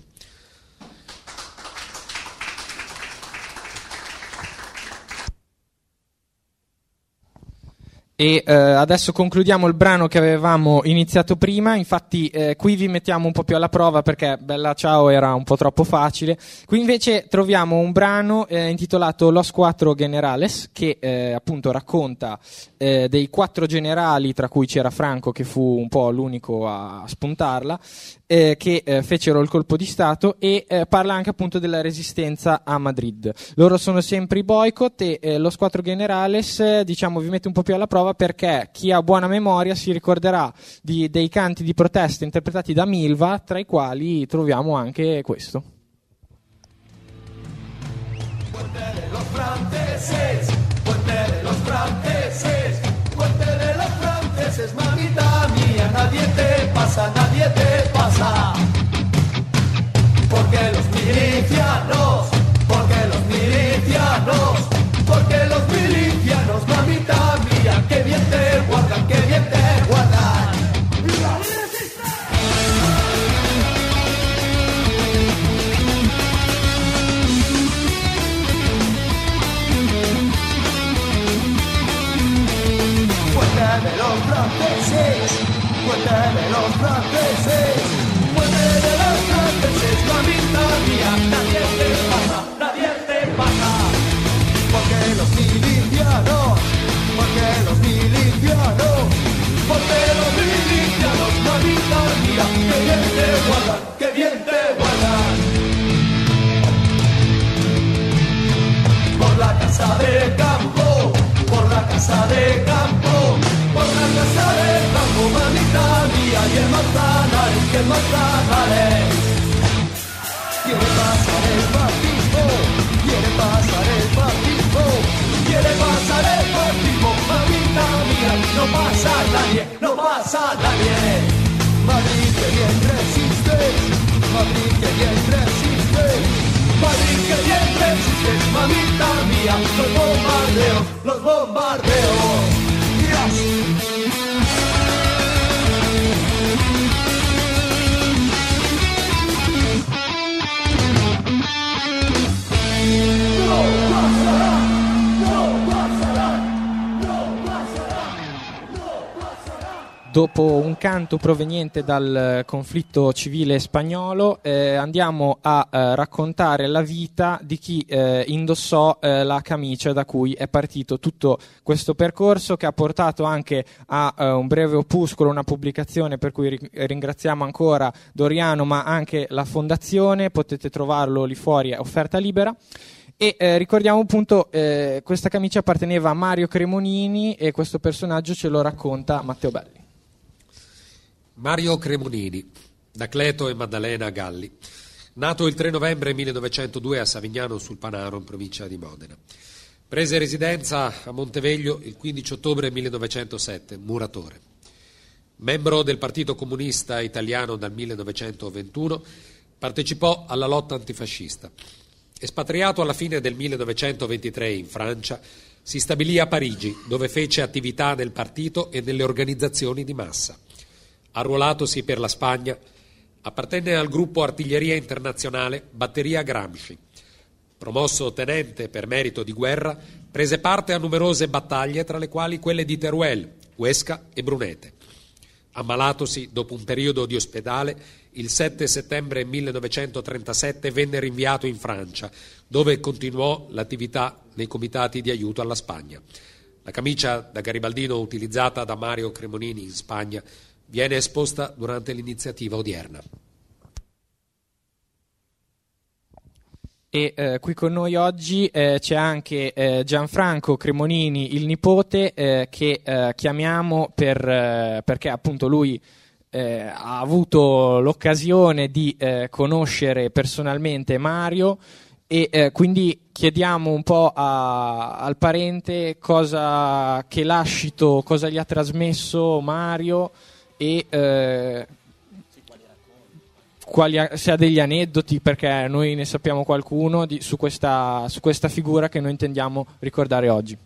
E eh, adesso concludiamo il brano che avevamo iniziato prima. Infatti eh, qui vi mettiamo un po' più alla prova perché Bella Ciao era un po' troppo facile. Qui invece troviamo un brano eh, intitolato Los Cuatro Generales, che eh, appunto racconta eh, dei quattro generali, tra cui c'era Franco che fu un po' l'unico a spuntarla, eh, che eh, fecero il colpo di Stato, e eh, parla anche appunto della resistenza a Madrid. Loro sono sempre i boycott e eh, Los Cuatro Generales eh, diciamo vi mette un po' più alla prova, perché chi ha buona memoria si ricorderà di, dei canti di protesta interpretati da Milva, tra i quali troviamo anche questo. Fuerte de los franceses, fuerte de los franceses, fuerte de los franceses, mamita mía, nadie te pasa, nadie te pasa. Porque los milicianos, porque los milicianos, porque los milicianos, mamita mía, que bien te guardan, que bien te guardan. Fuerte de los franceses, fuerte de los franceses, fuerte de los franceses, mamita mía, nadie te pasa, nadie te pasa. Porque los milicianos, porque los milicianos, porque los milicianos, mamita mía, que bien te guardan, que bien te guardan. Por la casa de campo, por la casa de campo, por la casa de campo, mamita mía, y el Manzanares, que el Manzanares quiere pasar el fascismo, quiere pasar el fascismo, quiere pasar el fascismo, mamita mía, no pasa nadie, no pasa nadie. Madrid que bien resiste, Madrid que bien resiste, Madrid que bien resiste, mamita mía, los bombardeos, los bombardeos. Dopo un canto proveniente dal conflitto civile spagnolo, eh, andiamo a eh, raccontare la vita di chi eh, indossò eh, la camicia da cui è partito tutto questo percorso, che ha portato anche a eh, un breve opuscolo, una pubblicazione per cui ri- ringraziamo ancora Doriano, ma anche la fondazione. Potete trovarlo lì fuori, è offerta libera. E eh, ricordiamo appunto eh, questa camicia apparteneva a Mario Cremonini e questo personaggio ce lo racconta Matteo Belli. Mario Cremonini, da Cleto e Maddalena Galli, nato il tre novembre millenovecentodue a Savignano sul Panaro, in provincia di Modena. Prese residenza a Monteveglio il quindici ottobre millenovecentosette, muratore. Membro del Partito Comunista Italiano dal millenovecentoventuno, partecipò alla lotta antifascista. Espatriato alla fine del millenovecentoventitré in Francia, si stabilì a Parigi, dove fece attività nel partito e nelle organizzazioni di massa. Arruolatosi per la Spagna, appartenne al gruppo Artiglieria Internazionale Batteria Gramsci. Promosso tenente per merito di guerra, prese parte a numerose battaglie, tra le quali quelle di Teruel, Huesca e Brunete. Ammalatosi dopo un periodo di ospedale, il sette settembre millenovecentotrentasette venne rinviato in Francia, dove continuò l'attività nei comitati di aiuto alla Spagna. La camicia da garibaldino utilizzata da Mario Cremonini in Spagna viene esposta durante l'iniziativa odierna. E eh, qui con noi oggi eh, c'è anche eh, Gianfranco Cremonini, il nipote, eh, che eh, chiamiamo per, eh, perché appunto lui eh, ha avuto l'occasione di eh, conoscere personalmente Mario, e eh, quindi chiediamo un po' a, al parente cosa, che lascito, cosa gli ha trasmesso Mario, e eh, quali, se ha degli aneddoti, perché noi ne sappiamo qualcuno di, su, questa, su questa figura che noi intendiamo ricordare oggi.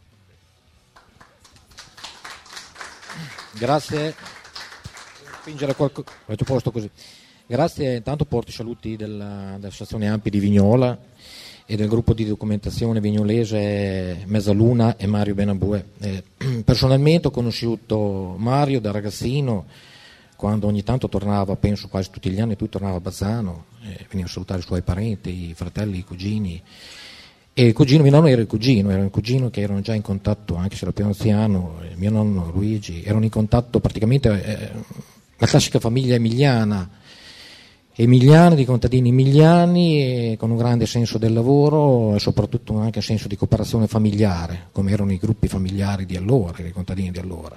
Grazie. Spingere qualco... Faccio posto così. Grazie, intanto porto i saluti della, dell'Associazione Ampi di Vignola e del gruppo di documentazione vignolese Mezzaluna e Mario Benabue. Eh, personalmente ho conosciuto Mario da ragazzino, quando ogni tanto tornava, penso quasi tutti gli anni, lui tornava a Bazzano, eh, veniva a salutare i suoi parenti, i fratelli, i cugini. E il cugino, mio nonno era il cugino, era un cugino che erano già in contatto, anche se era più anziano, mio nonno Luigi, erano in contatto praticamente, eh, la classica famiglia emiliana, emiliani, di contadini emiliani, con un grande senso del lavoro e soprattutto anche un senso di cooperazione familiare, come erano i gruppi familiari di allora, i contadini di allora.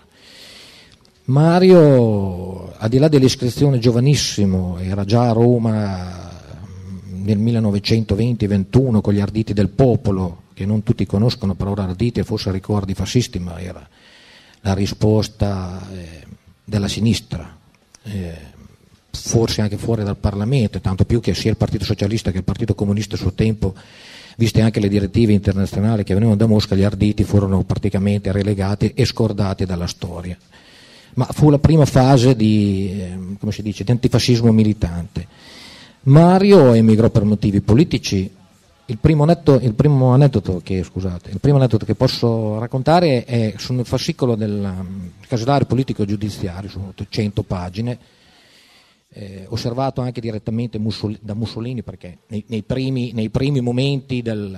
Mario, al di là dell'iscrizione, giovanissimo, era già a Roma nel millenovecentoventi ventuno con gli Arditi del Popolo, che non tutti conoscono, però Arditi forse ricordi fascisti, ma era la risposta eh, della sinistra, eh, forse anche fuori dal Parlamento, tanto più che sia il Partito Socialista che il Partito Comunista a suo tempo, viste anche le direttive internazionali che venivano da Mosca, gli Arditi furono praticamente relegati e scordati dalla storia. Ma fu la prima fase di, eh, come si dice, di antifascismo militante. Mario emigrò per motivi politici. Il primo, aneddoto, il primo aneddoto che, scusate, il primo aneddoto che posso raccontare è sul fascicolo del casellario politico giudiziario, sono cento pagine, eh, osservato anche direttamente Mussolini, da Mussolini, perché nei, nei, primi, nei primi momenti del,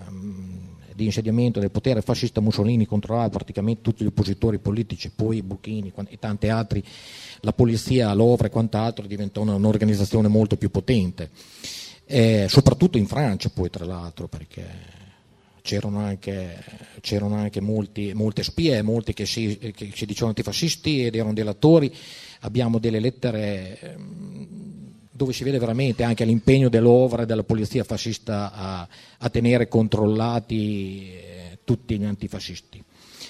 di insediamento del potere fascista Mussolini controllava praticamente tutti gli oppositori politici, poi Buchini e tanti altri, la polizia, l'Ovra e quant'altro diventò una, un'organizzazione molto più potente, eh, soprattutto in Francia poi tra l'altro, perché c'erano anche, c'erano anche molti, molte spie, molti che si, che si dicevano antifascisti ed erano delatori. Abbiamo delle lettere dove si vede veramente anche l'impegno dell'Ovra e della polizia fascista a, a tenere controllati eh, tutti gli antifascisti.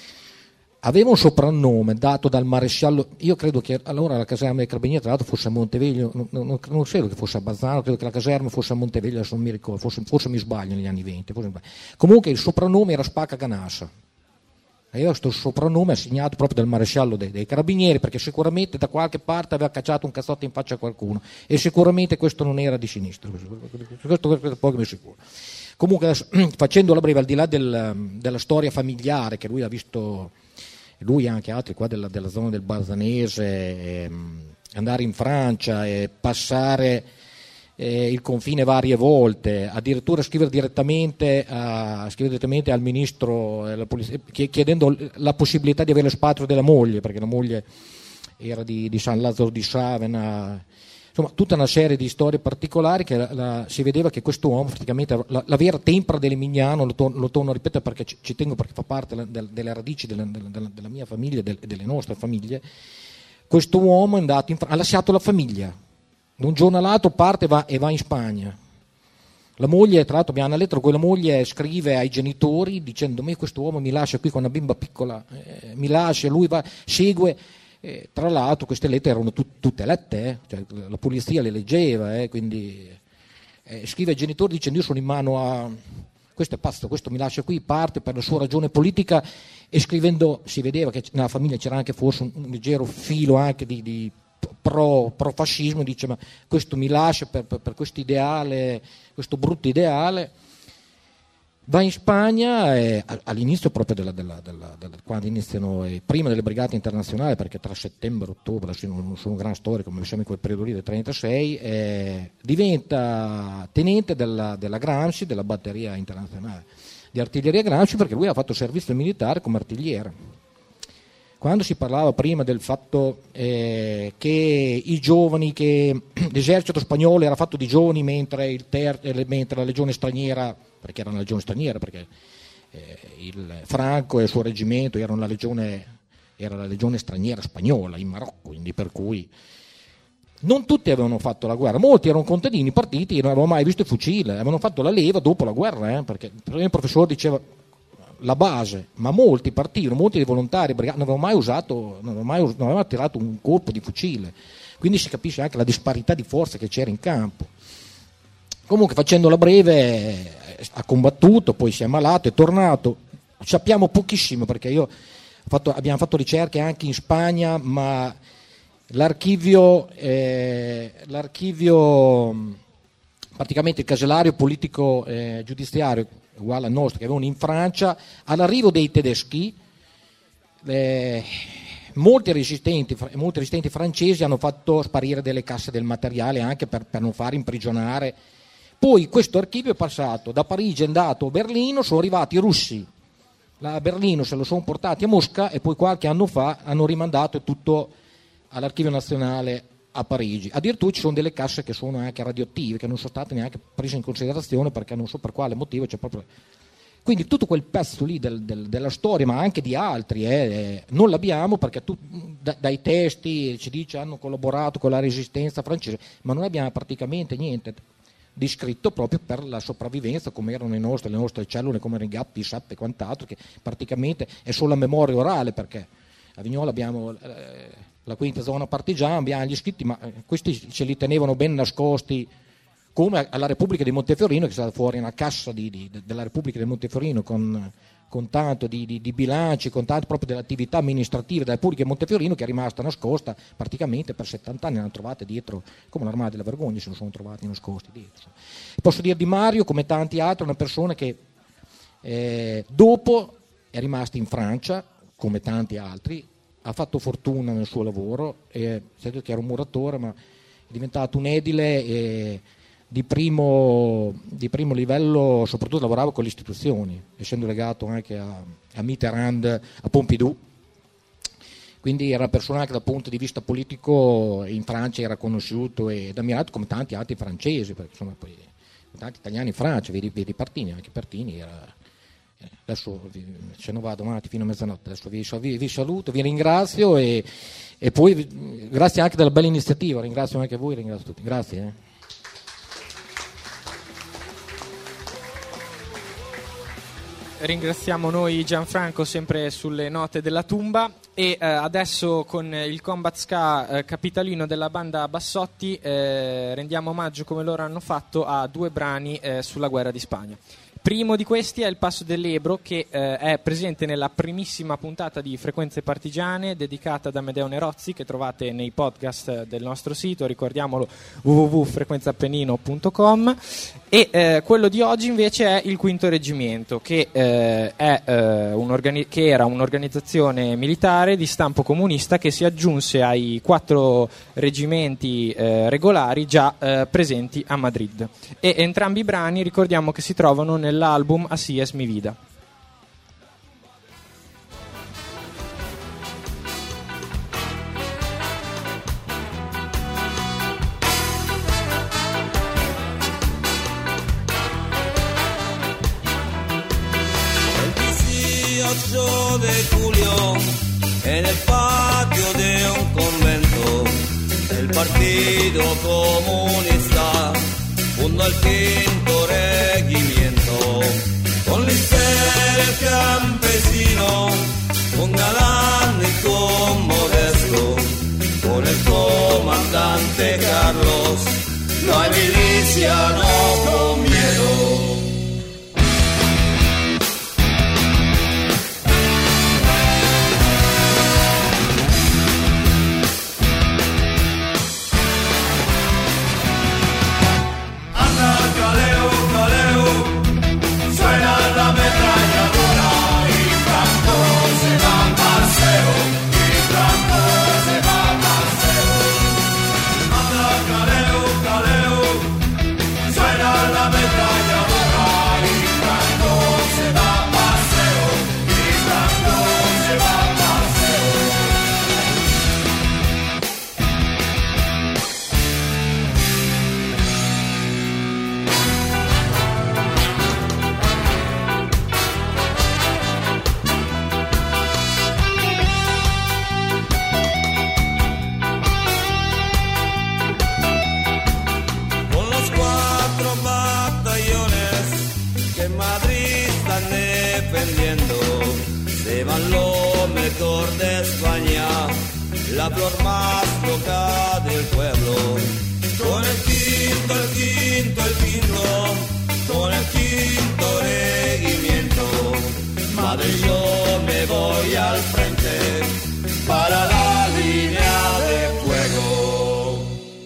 Aveva un soprannome dato dal maresciallo, io credo che allora la caserma dei Carabinieri tra l'altro fosse a Monteveglio, non, non, non credo che fosse a Bazzano, credo che la caserma fosse a Monteveglio, adesso non mi ricordo, forse, forse mi sbaglio negli anni venti. Comunque il soprannome era Spacca Ganassa. Aveva questo soprannome assegnato proprio dal maresciallo dei, dei Carabinieri, perché sicuramente da qualche parte aveva cacciato un cazzotto in faccia a qualcuno e sicuramente questo non era di sinistra, questo, questo è poco mi sicuro. Comunque adesso, facendo la breve, al di là del, della storia familiare che lui ha visto, lui e anche altri qua della, della zona del Bazzanese, eh, andare in Francia e passare eh, il confine varie volte, addirittura scrivere direttamente, a, scrivere direttamente al ministro eh, la polizia, chiedendo la possibilità di avere l'espatrio della moglie, perché la moglie era di, di San Lazzaro di Savena, insomma tutta una serie di storie particolari che la, la, si vedeva che questo uomo praticamente la, la vera tempra dell'Emignano, lo, to, lo torno a ripetere perché ci, ci tengo, perché fa parte la, del, delle radici della, della, della mia famiglia e del, delle nostre famiglie. Questo uomo è andato in, ha lasciato la famiglia, da un giorno all'altro parte va, e va in Spagna. La moglie, tra l'altro abbiamo una lettera con la moglie scrive ai genitori dicendo: me questo uomo mi lascia qui con una bimba piccola, eh, mi lascia, lui va, segue. Eh, tra l'altro queste lettere erano tut, tutte lette, eh? Cioè, la polizia le leggeva, eh? Quindi eh, scrive ai genitori dicendo: io sono in mano a questo è pazzo, questo mi lascia qui, parte per la sua ragione politica, e scrivendo si vedeva che nella famiglia c'era anche forse un, un leggero filo anche di, di pro, pro fascismo, dice: ma questo mi lascia per, per, per questo ideale, questo brutto ideale. Va in Spagna eh, all'inizio proprio della, della, della, della, quando iniziano eh, prima delle brigate internazionali, perché tra settembre e ottobre, non, non sono un gran storico, come siamo in quel periodo lì del trentasei, eh, diventa tenente della, della Gramsci, della batteria internazionale di artiglieria Gramsci, perché lui ha fatto servizio militare come artigliere. Quando si parlava prima del fatto eh, che i giovani, che l'esercito spagnolo era fatto di giovani mentre, il ter- mentre la legione straniera, perché era una legione straniera, perché eh, il Franco e il suo reggimento erano la legione, era la legione straniera spagnola in Marocco, quindi per cui non tutti avevano fatto la guerra, molti erano contadini partiti, non avevano mai visto il fucile, avevano fatto la leva dopo la guerra, eh, perché il professore diceva la base, ma molti partirono, molti dei volontari non avevano mai usato, non avevano mai non avevano tirato un colpo di fucile, quindi si capisce anche la disparità di forze che c'era in campo. Comunque, facendola breve, ha combattuto, poi si è ammalato, è tornato, sappiamo pochissimo perché io ho fatto, abbiamo fatto ricerche anche in Spagna, ma l'archivio, eh, l'archivio praticamente il casellario politico eh, giudiziario uguale al nostro che avevano in Francia, all'arrivo dei tedeschi eh, molti resistenti, molti resistenti francesi hanno fatto sparire delle casse del materiale anche per, per non far imprigionare. Poi questo archivio è passato da Parigi, è andato a Berlino, sono arrivati i russi a Berlino, se lo sono portati a Mosca e poi qualche anno fa hanno rimandato tutto all'archivio nazionale a Parigi. Addirittura ci sono delle casse che sono anche radioattive, che non sono state neanche prese in considerazione perché non so per quale motivo c'è proprio. Quindi tutto quel pezzo lì del, del, della storia, ma anche di altri, eh, non l'abbiamo perché tu, da, dai testi ci dice hanno collaborato con la resistenza francese, ma non abbiamo praticamente niente di scritto proprio per la sopravvivenza, come erano le nostre, le nostre cellule, come erano i Gappi, i Sap e quant'altro, che praticamente è solo la memoria orale, perché a Vignola abbiamo eh, la quinta zona partigiana, abbiamo gli scritti, ma eh, questi ce li tenevano ben nascosti, come alla Repubblica di Montefiorino, che è stata fuori una cassa di, di, della Repubblica di Montefiorino con, con tanto di, di, di bilanci, con tanto proprio dell'attività amministrativa della Repubblica di Montefiorino, che è rimasta nascosta praticamente per settanta anni, l'hanno trovata dietro, come l'armadio della vergogna se lo sono trovati nascosti dietro. Posso dire di Mario, come tanti altri, una persona che eh, dopo è rimasta in Francia, come tanti altri, ha fatto fortuna nel suo lavoro, eh, che era un muratore, ma è diventato un edile e Di primo, di primo livello, soprattutto lavorava con le istituzioni, essendo legato anche a, a Mitterrand, a Pompidou, quindi era una persona che dal punto di vista politico in Francia era conosciuto ed ammirato come tanti altri francesi, perché insomma poi tanti italiani in Francia, vedi, vedi Partini, anche Partini era, adesso ce ne vado avanti fino a mezzanotte, adesso vi, vi, vi saluto, vi ringrazio e, e poi grazie anche della bella iniziativa, ringrazio anche voi, ringrazio tutti, grazie. Eh. Ringraziamo noi Gianfranco sempre sulle note della tumba e eh, adesso con il combat ska eh, capitalino della banda Bassotti eh, rendiamo omaggio come loro hanno fatto a due brani eh, sulla guerra di Spagna. Primo di questi è il Passo dell'Ebro, che eh, è presente nella primissima puntata di Frequenze Partigiane dedicata ad Amedeo Nerozzi, che trovate nei podcast del nostro sito, ricordiamolo w w w punto frequenza appennino punto com, e eh, quello di oggi invece è il Quinto Reggimento, che, eh, è, eh, un'organi- che era un'organizzazione militare di stampo comunista che si aggiunse ai quattro reggimenti eh, regolari già eh, presenti a Madrid, e entrambi i brani ricordiamo che si trovano nel l'album Así es mi vida. El dieciocho de julio, en el patio de un convento, el Partido Comunista fundó el Quinto Regimiento, con Lister el campesino, con Galán y con Modesto, con el comandante Carlos, no hay milicia, no con miedo. Suena la la flor más loca del pueblo. Con el quinto, el quinto, el quinto, con el quinto regimiento, madre, yo me voy al frente para la línea de fuego.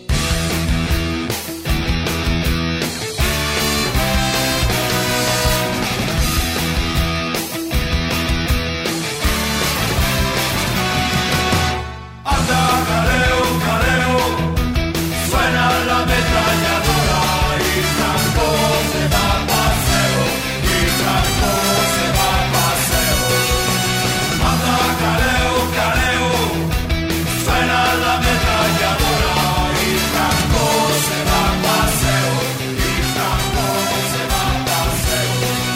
Anda, careo, careo, suena la ametralladora y Franco se va a paseo, y Franco se va a paseo. Anda, careo, careo, suena la ametralladora y Franco se va a paseo, y Franco se va a paseo.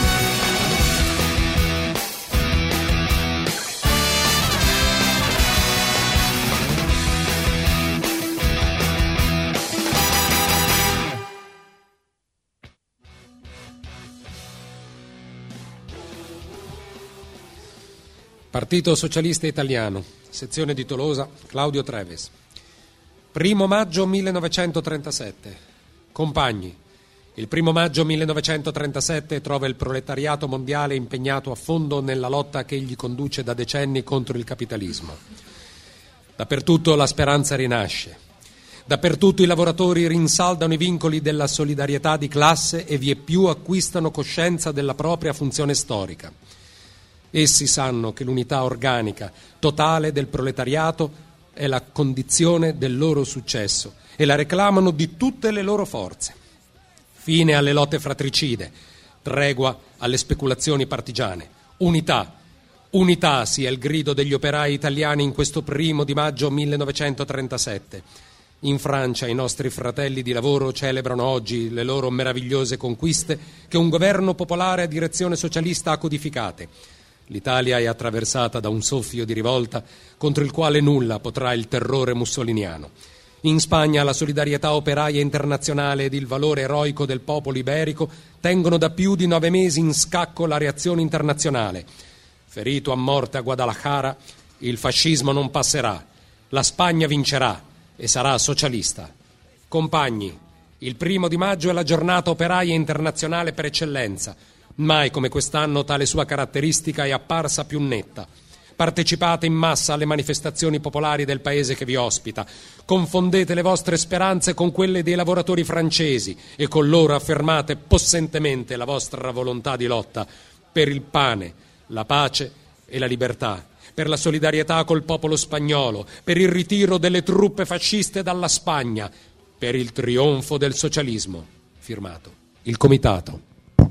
Partito Socialista Italiano, sezione di Tolosa, Claudio Treves. Primo maggio millenovecentotrentasette. Compagni, il primo maggio millenovecentotrentasette trova il proletariato mondiale impegnato a fondo nella lotta che egli conduce da decenni contro il capitalismo. Dappertutto la speranza rinasce. Dappertutto i lavoratori rinsaldano i vincoli della solidarietà di classe e vieppiù acquistano coscienza della propria funzione storica. Essi sanno che l'unità organica, totale del proletariato è la condizione del loro successo e la reclamano di tutte le loro forze. Fine alle lotte fratricide, tregua alle speculazioni partigiane. Unità, unità sia il grido degli operai italiani in questo primo di maggio millenovecentotrentasette. In Francia i nostri fratelli di lavoro celebrano oggi le loro meravigliose conquiste che un governo popolare a direzione socialista ha codificate. L'Italia è attraversata da un soffio di rivolta contro il quale nulla potrà il terrore mussoliniano. In Spagna la solidarietà operaia internazionale ed il valore eroico del popolo iberico tengono da più di nove mesi in scacco la reazione internazionale. Ferito a morte a Guadalajara, il fascismo non passerà, la Spagna vincerà e sarà socialista. Compagni, il primo di maggio è la giornata operaia internazionale per eccellenza. Mai come quest'anno tale sua caratteristica è apparsa più netta. Partecipate in massa alle manifestazioni popolari del paese che vi ospita. Confondete le vostre speranze con quelle dei lavoratori francesi e con loro affermate possentemente la vostra volontà di lotta per il pane, la pace e la libertà, per la solidarietà col popolo spagnolo, per il ritiro delle truppe fasciste dalla Spagna, per il trionfo del socialismo. Firmato il Comitato.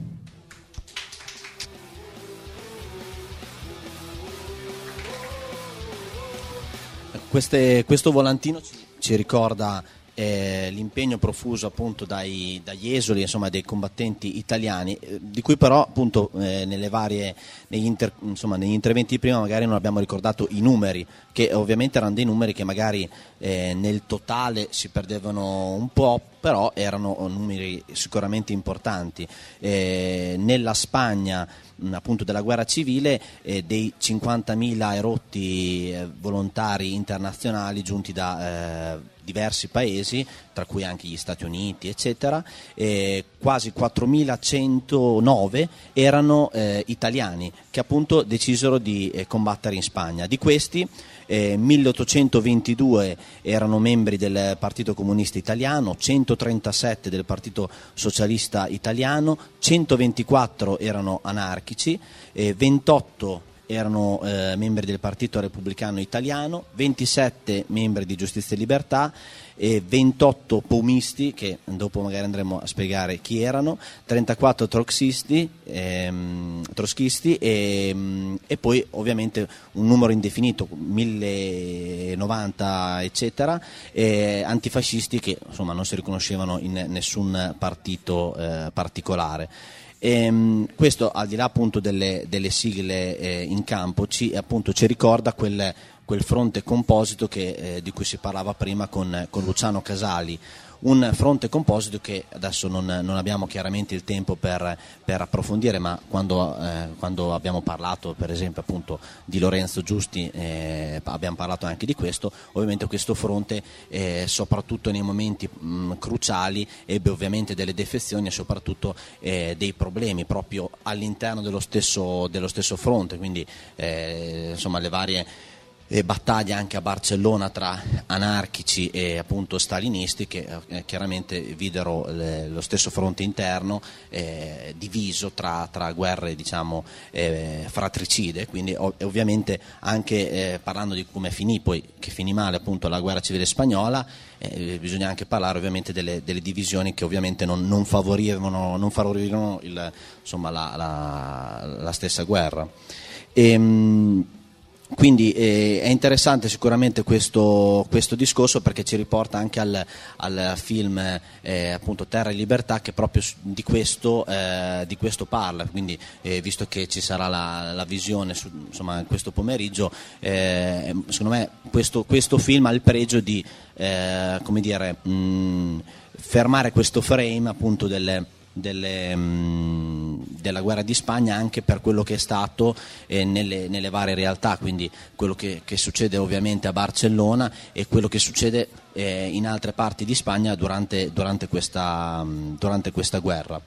Queste, questo volantino ci, ci ricorda eh, l'impegno profuso appunto dai, dagli esuli, insomma, dei combattenti italiani, eh, di cui però appunto eh, nelle varie, negli, inter, insomma, negli interventi di prima magari non abbiamo ricordato i numeri, che ovviamente erano dei numeri che magari eh, nel totale si perdevano un po', però erano numeri sicuramente importanti. Eh, nella Spagna appunto della guerra civile, eh, dei cinquantamila erotti eh, volontari internazionali giunti da eh, diversi paesi, tra cui anche gli Stati Uniti eccetera, eh, quasi quattromilacentonove erano eh, italiani che appunto decisero di eh, combattere in Spagna. Di questi eh, milleottocentoventidue erano membri del Partito Comunista Italiano, centotrentasette del Partito Socialista Italiano, centoventiquattro erano anarchici, eh, ventotto erano eh, membri del Partito Repubblicano Italiano, ventisette membri di Giustizia e Libertà, e ventotto pomisti, che dopo magari andremo a spiegare chi erano, trentaquattro trotschisti, ehm, trotskisti e, e poi ovviamente un numero indefinito, mille novanta eccetera, e antifascisti che insomma non si riconoscevano in nessun partito eh, particolare. E, questo al di là appunto delle, delle sigle eh, in campo ci, appunto, ci ricorda quel, quel fronte composito che, eh, di cui si parlava prima con, con Luciano Casali, un fronte composito che adesso non, non abbiamo chiaramente il tempo per, per approfondire, ma quando, eh, quando abbiamo parlato per esempio appunto di Lorenzo Giusti eh, abbiamo parlato anche di questo. Ovviamente questo fronte eh, soprattutto nei momenti mh, cruciali ebbe ovviamente delle defezioni e soprattutto eh, dei problemi proprio all'interno dello stesso, dello stesso fronte, quindi eh, insomma le varie e battaglie anche a Barcellona tra anarchici e appunto stalinisti che eh, chiaramente videro le, lo stesso fronte interno eh, diviso tra, tra guerre diciamo eh, fratricide, quindi ov- ovviamente anche eh, parlando di come finì poi, che finì male appunto la guerra civile spagnola, eh, bisogna anche parlare ovviamente delle, delle divisioni che ovviamente non, non favorivano, non favorivano il, insomma, la, la, la stessa guerra. E, mh, Quindi eh, è interessante sicuramente questo, questo discorso perché ci riporta anche al, al film eh, appunto Terra e Libertà che proprio di questo, eh, di questo parla, quindi eh, visto che ci sarà la, la visione su, insomma, questo pomeriggio, eh, secondo me questo, questo film ha il pregio di eh, come dire, mh, fermare questo frame appunto delle Delle, mh, della guerra di Spagna anche per quello che è stato eh, nelle, nelle varie realtà, quindi quello che, che succede ovviamente a Barcellona e quello che succede eh, in altre parti di Spagna durante, durante, questa, mh, durante questa guerra.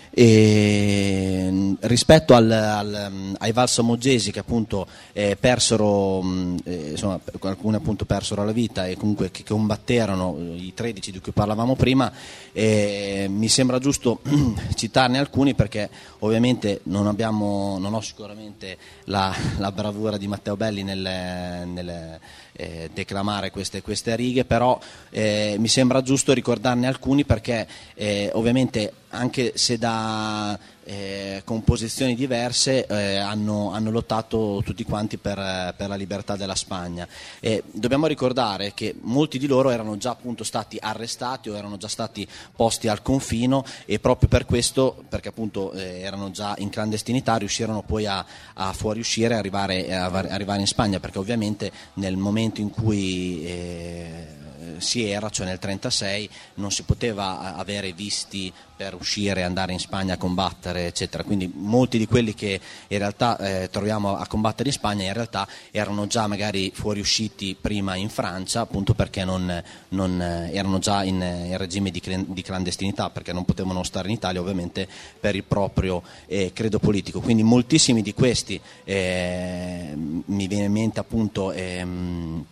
E rispetto al, al, ai valsamogesi che appunto eh, persero eh, insomma alcuni appunto persero la vita e comunque che combatterono i tredici di cui parlavamo prima, eh, mi sembra giusto citarne alcuni perché ovviamente non abbiamo non ho sicuramente la, la bravura di Matteo Belli nel, nel eh, declamare queste, queste righe, però eh, mi sembra giusto ricordarne alcuni perché eh, ovviamente anche se da eh, composizioni diverse eh, hanno, hanno lottato tutti quanti per, per la libertà della Spagna. E dobbiamo ricordare che molti di loro erano già appunto stati arrestati o erano già stati posti al confino e proprio per questo, perché appunto eh, erano già in clandestinità, riuscirono poi a, a fuoriuscire e arrivare, a, arrivare in Spagna, perché ovviamente nel momento in cui eh, si era, cioè nel trentasei, non si poteva avere visti per uscire e andare in Spagna a combattere eccetera, quindi molti di quelli che in realtà eh, troviamo a combattere in Spagna in realtà erano già magari fuoriusciti prima in Francia appunto perché non, non erano già in, in regime di, di clandestinità, perché non potevano stare in Italia ovviamente per il proprio eh, credo politico, quindi moltissimi di questi eh, mi viene in mente appunto ehm,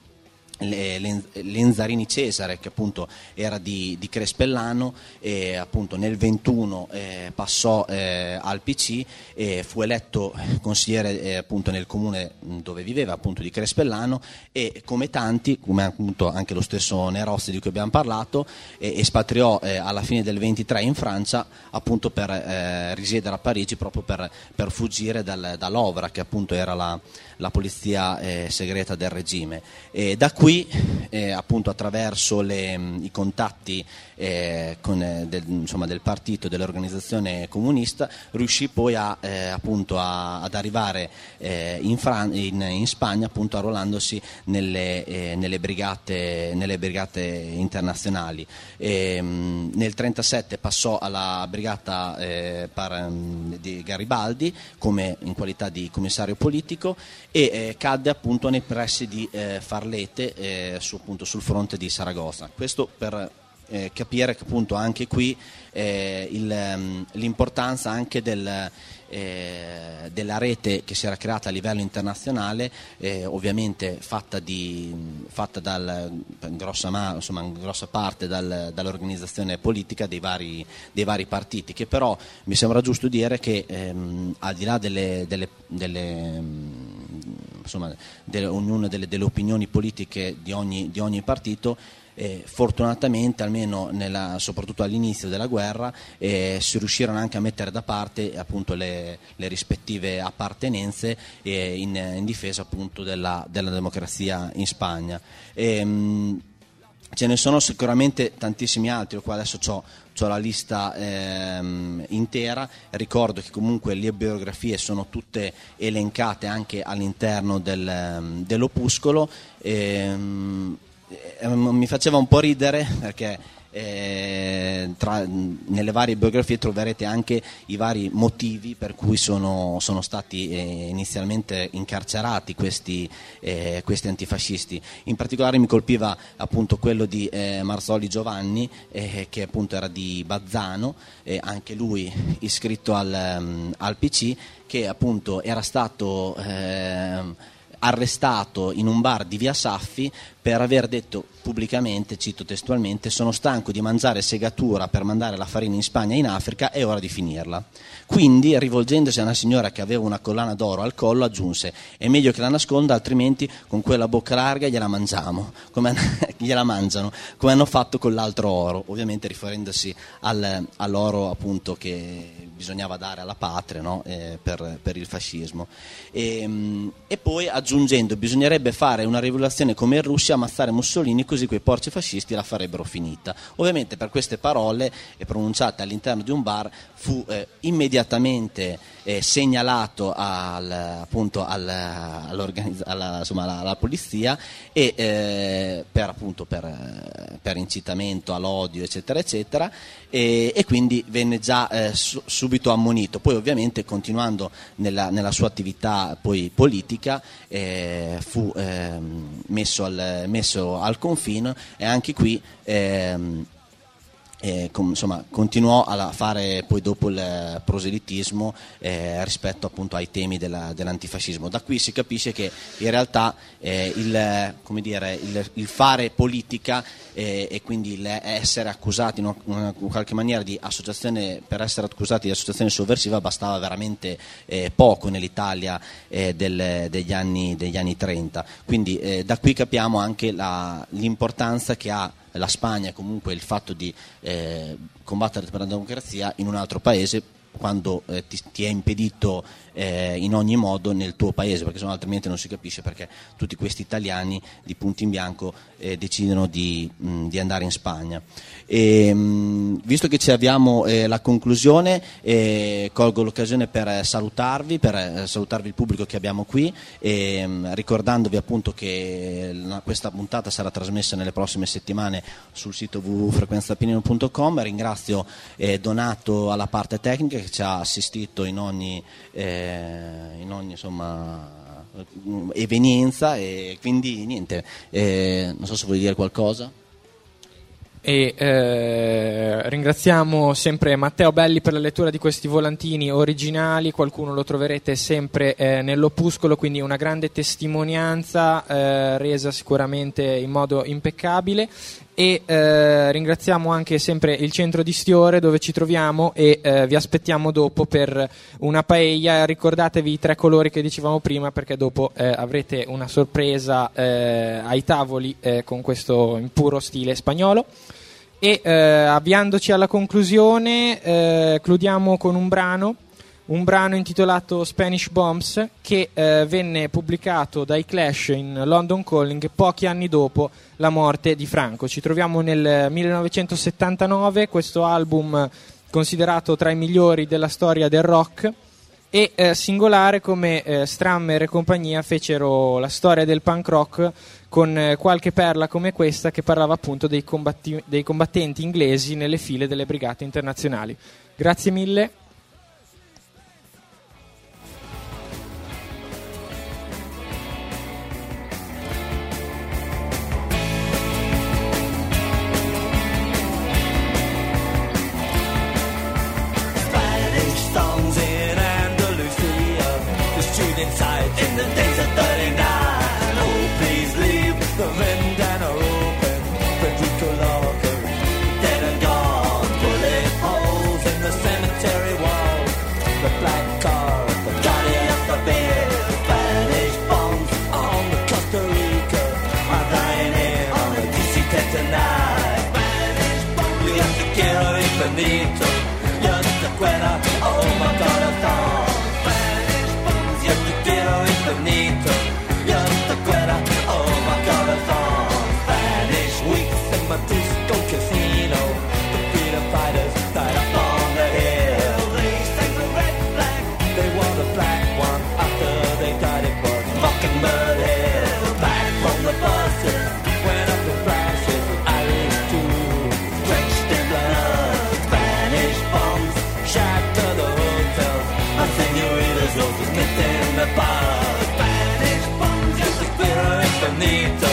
Lenzarini Cesare, che appunto era di, di Crespellano e appunto nel ventuno eh, passò eh, al P C e fu eletto consigliere eh, appunto nel comune dove viveva, appunto di Crespellano, e come tanti, come appunto anche lo stesso Nerozzi di cui abbiamo parlato, eh, espatriò eh, alla fine del ventitré in Francia appunto per eh, risiedere a Parigi proprio per, per fuggire dal, dall'Ovra, che appunto era la, la polizia eh, segreta del regime, e da qui Eh, appunto attraverso le, i contatti eh, con, eh, del, insomma, del partito, dell'organizzazione comunista, riuscì poi a, eh, appunto a, ad arrivare eh, in, Fran- in, in Spagna, appunto arruolandosi nelle, eh, nelle, brigate, nelle brigate internazionali. E, mh, nel trentasette passò alla brigata eh, par, mh, di Garibaldi come in qualità di commissario politico e eh, cadde appunto nei pressi di eh, Farlete eh, su, appunto, sul fronte di Saragozza. Questo per eh, capire che appunto anche qui eh, il, um, l'importanza anche del, eh, della rete che si era creata a livello internazionale, eh, ovviamente fatta, di, fatta dal, in, grossa, insomma, in grossa parte dal, dall'organizzazione politica dei vari, dei vari partiti, che però mi sembra giusto dire che ehm, al di là delle, delle, delle insomma, delle, ognuna delle, delle opinioni politiche di ogni, di ogni partito, eh, fortunatamente almeno nella, soprattutto all'inizio della guerra eh, si riuscirono anche a mettere da parte appunto le, le rispettive appartenenze eh, in, in difesa appunto della, della democrazia in Spagna. E, mh, ce ne sono sicuramente tantissimi altri, io qua adesso c'ho, c'ho la lista ehm, intera, ricordo che comunque le biografie sono tutte elencate anche all'interno del, dell'opuscolo. E, ehm, mi faceva un po' ridere perché eh, tra, nelle varie biografie troverete anche i vari motivi per cui sono, sono stati eh, inizialmente incarcerati questi, eh, questi antifascisti. In particolare mi colpiva appunto quello di eh, Marzoli Giovanni, eh, che appunto era di Bazzano, eh, anche lui iscritto al, um, al P C, che appunto era stato eh, arrestato in un bar di Via Saffi per aver detto pubblicamente, cito testualmente: sono stanco di mangiare segatura per mandare la farina in Spagna e in Africa, è ora di finirla. Quindi, rivolgendosi a una signora che aveva una collana d'oro al collo, aggiunse: è meglio che la nasconda, altrimenti con quella bocca larga gliela mangiamo, come gliela mangiano, come hanno fatto con l'altro oro, ovviamente riferendosi al, all'oro appunto che bisognava dare alla patria, no? eh, per, per il fascismo. E, e poi aggiungendo: bisognerebbe fare una rivoluzione come in Russia, ammazzare Mussolini, così quei porci fascisti la farebbero finita. Ovviamente per queste parole, eh, pronunciate all'interno di un bar, fu eh, immediatamente eh, segnalato al, appunto al, alla, insomma, alla, alla polizia e eh, per appunto per, per incitamento all'odio eccetera eccetera, e, e quindi venne già eh, su, subito ammonito. Poi ovviamente continuando nella, nella sua attività poi politica eh, fu eh, messo al, messo al confino, e anche qui ehm, eh, com, insomma, continuò a fare poi dopo il proselitismo eh, rispetto appunto ai temi della, dell'antifascismo. Da qui si capisce che in realtà eh, il, come dire, il, il fare politica eh, e quindi essere accusati in, una, in qualche maniera di associazione, per essere accusati di associazione sovversiva bastava veramente eh, poco nell'Italia eh, del, degli, anni, degli anni trenta. Quindi eh, da qui capiamo anche la, l'importanza che ha la Spagna, e comunque il fatto di eh, combattere per la democrazia in un altro paese quando eh, ti, ti è impedito eh, in ogni modo nel tuo paese, perché sennò altrimenti non si capisce perché tutti questi italiani di punto in bianco eh, decidono di, mh, di andare in Spagna. E, mh, visto che ci avviamo eh, la conclusione, eh, colgo l'occasione per salutarvi, per eh, salutarvi il pubblico che abbiamo qui, e, mh, ricordandovi appunto che la, questa puntata sarà trasmessa nelle prossime settimane sul sito w w w punto frequenza pennino punto com. Ringrazio eh, Donato alla parte tecnica che ci ha assistito in ogni eh, in ogni insomma evenienza, e quindi niente, eh, non so se vuoi dire qualcosa. E eh, ringraziamo sempre Matteo Belli per la lettura di questi volantini originali, qualcuno lo troverete sempre eh, nell'opuscolo, quindi una grande testimonianza eh, resa sicuramente in modo impeccabile. E eh, ringraziamo anche sempre il centro di Stiore dove ci troviamo, e eh, vi aspettiamo dopo per una paella. Ricordatevi i tre colori che dicevamo prima, perché dopo eh, avrete una sorpresa eh, ai tavoli eh, con questo in puro stile spagnolo. E eh, avviandoci alla conclusione eh, chiudiamo con un brano un brano intitolato Spanish Bombs, che eh, venne pubblicato dai Clash in London Calling pochi anni dopo la morte di Franco. Ci troviamo nel millenovecentosettantanove, questo album considerato tra i migliori della storia del rock, e eh, singolare come eh, Strammer e compagnia fecero la storia del punk rock con eh, qualche perla come questa, che parlava appunto dei, combatti- dei combattenti inglesi nelle file delle brigate internazionali. Grazie mille. Inside in the days of thirty-nine. Oh, please leave the vendana open. Federico Locker, dead and gone. Bullet holes in the cemetery wall. The black car, the guardian of the beer. Spanish bombs on the Costa Rica. I'm dying in on the D C ten tonight. Spanish bombs, you have to quiero infinito. Yo te acuerdo, oh my God, I thought. Infinito, yo te acuerdo, oh my God, I thought. Spanish weeks in my disco casino. The freedom fighters died up on the hill. They sang the red flag, they wore the black one. After they died it was Mockingbird Hill. Back from the buses, went up in flashes with Irish too. Trench bonito.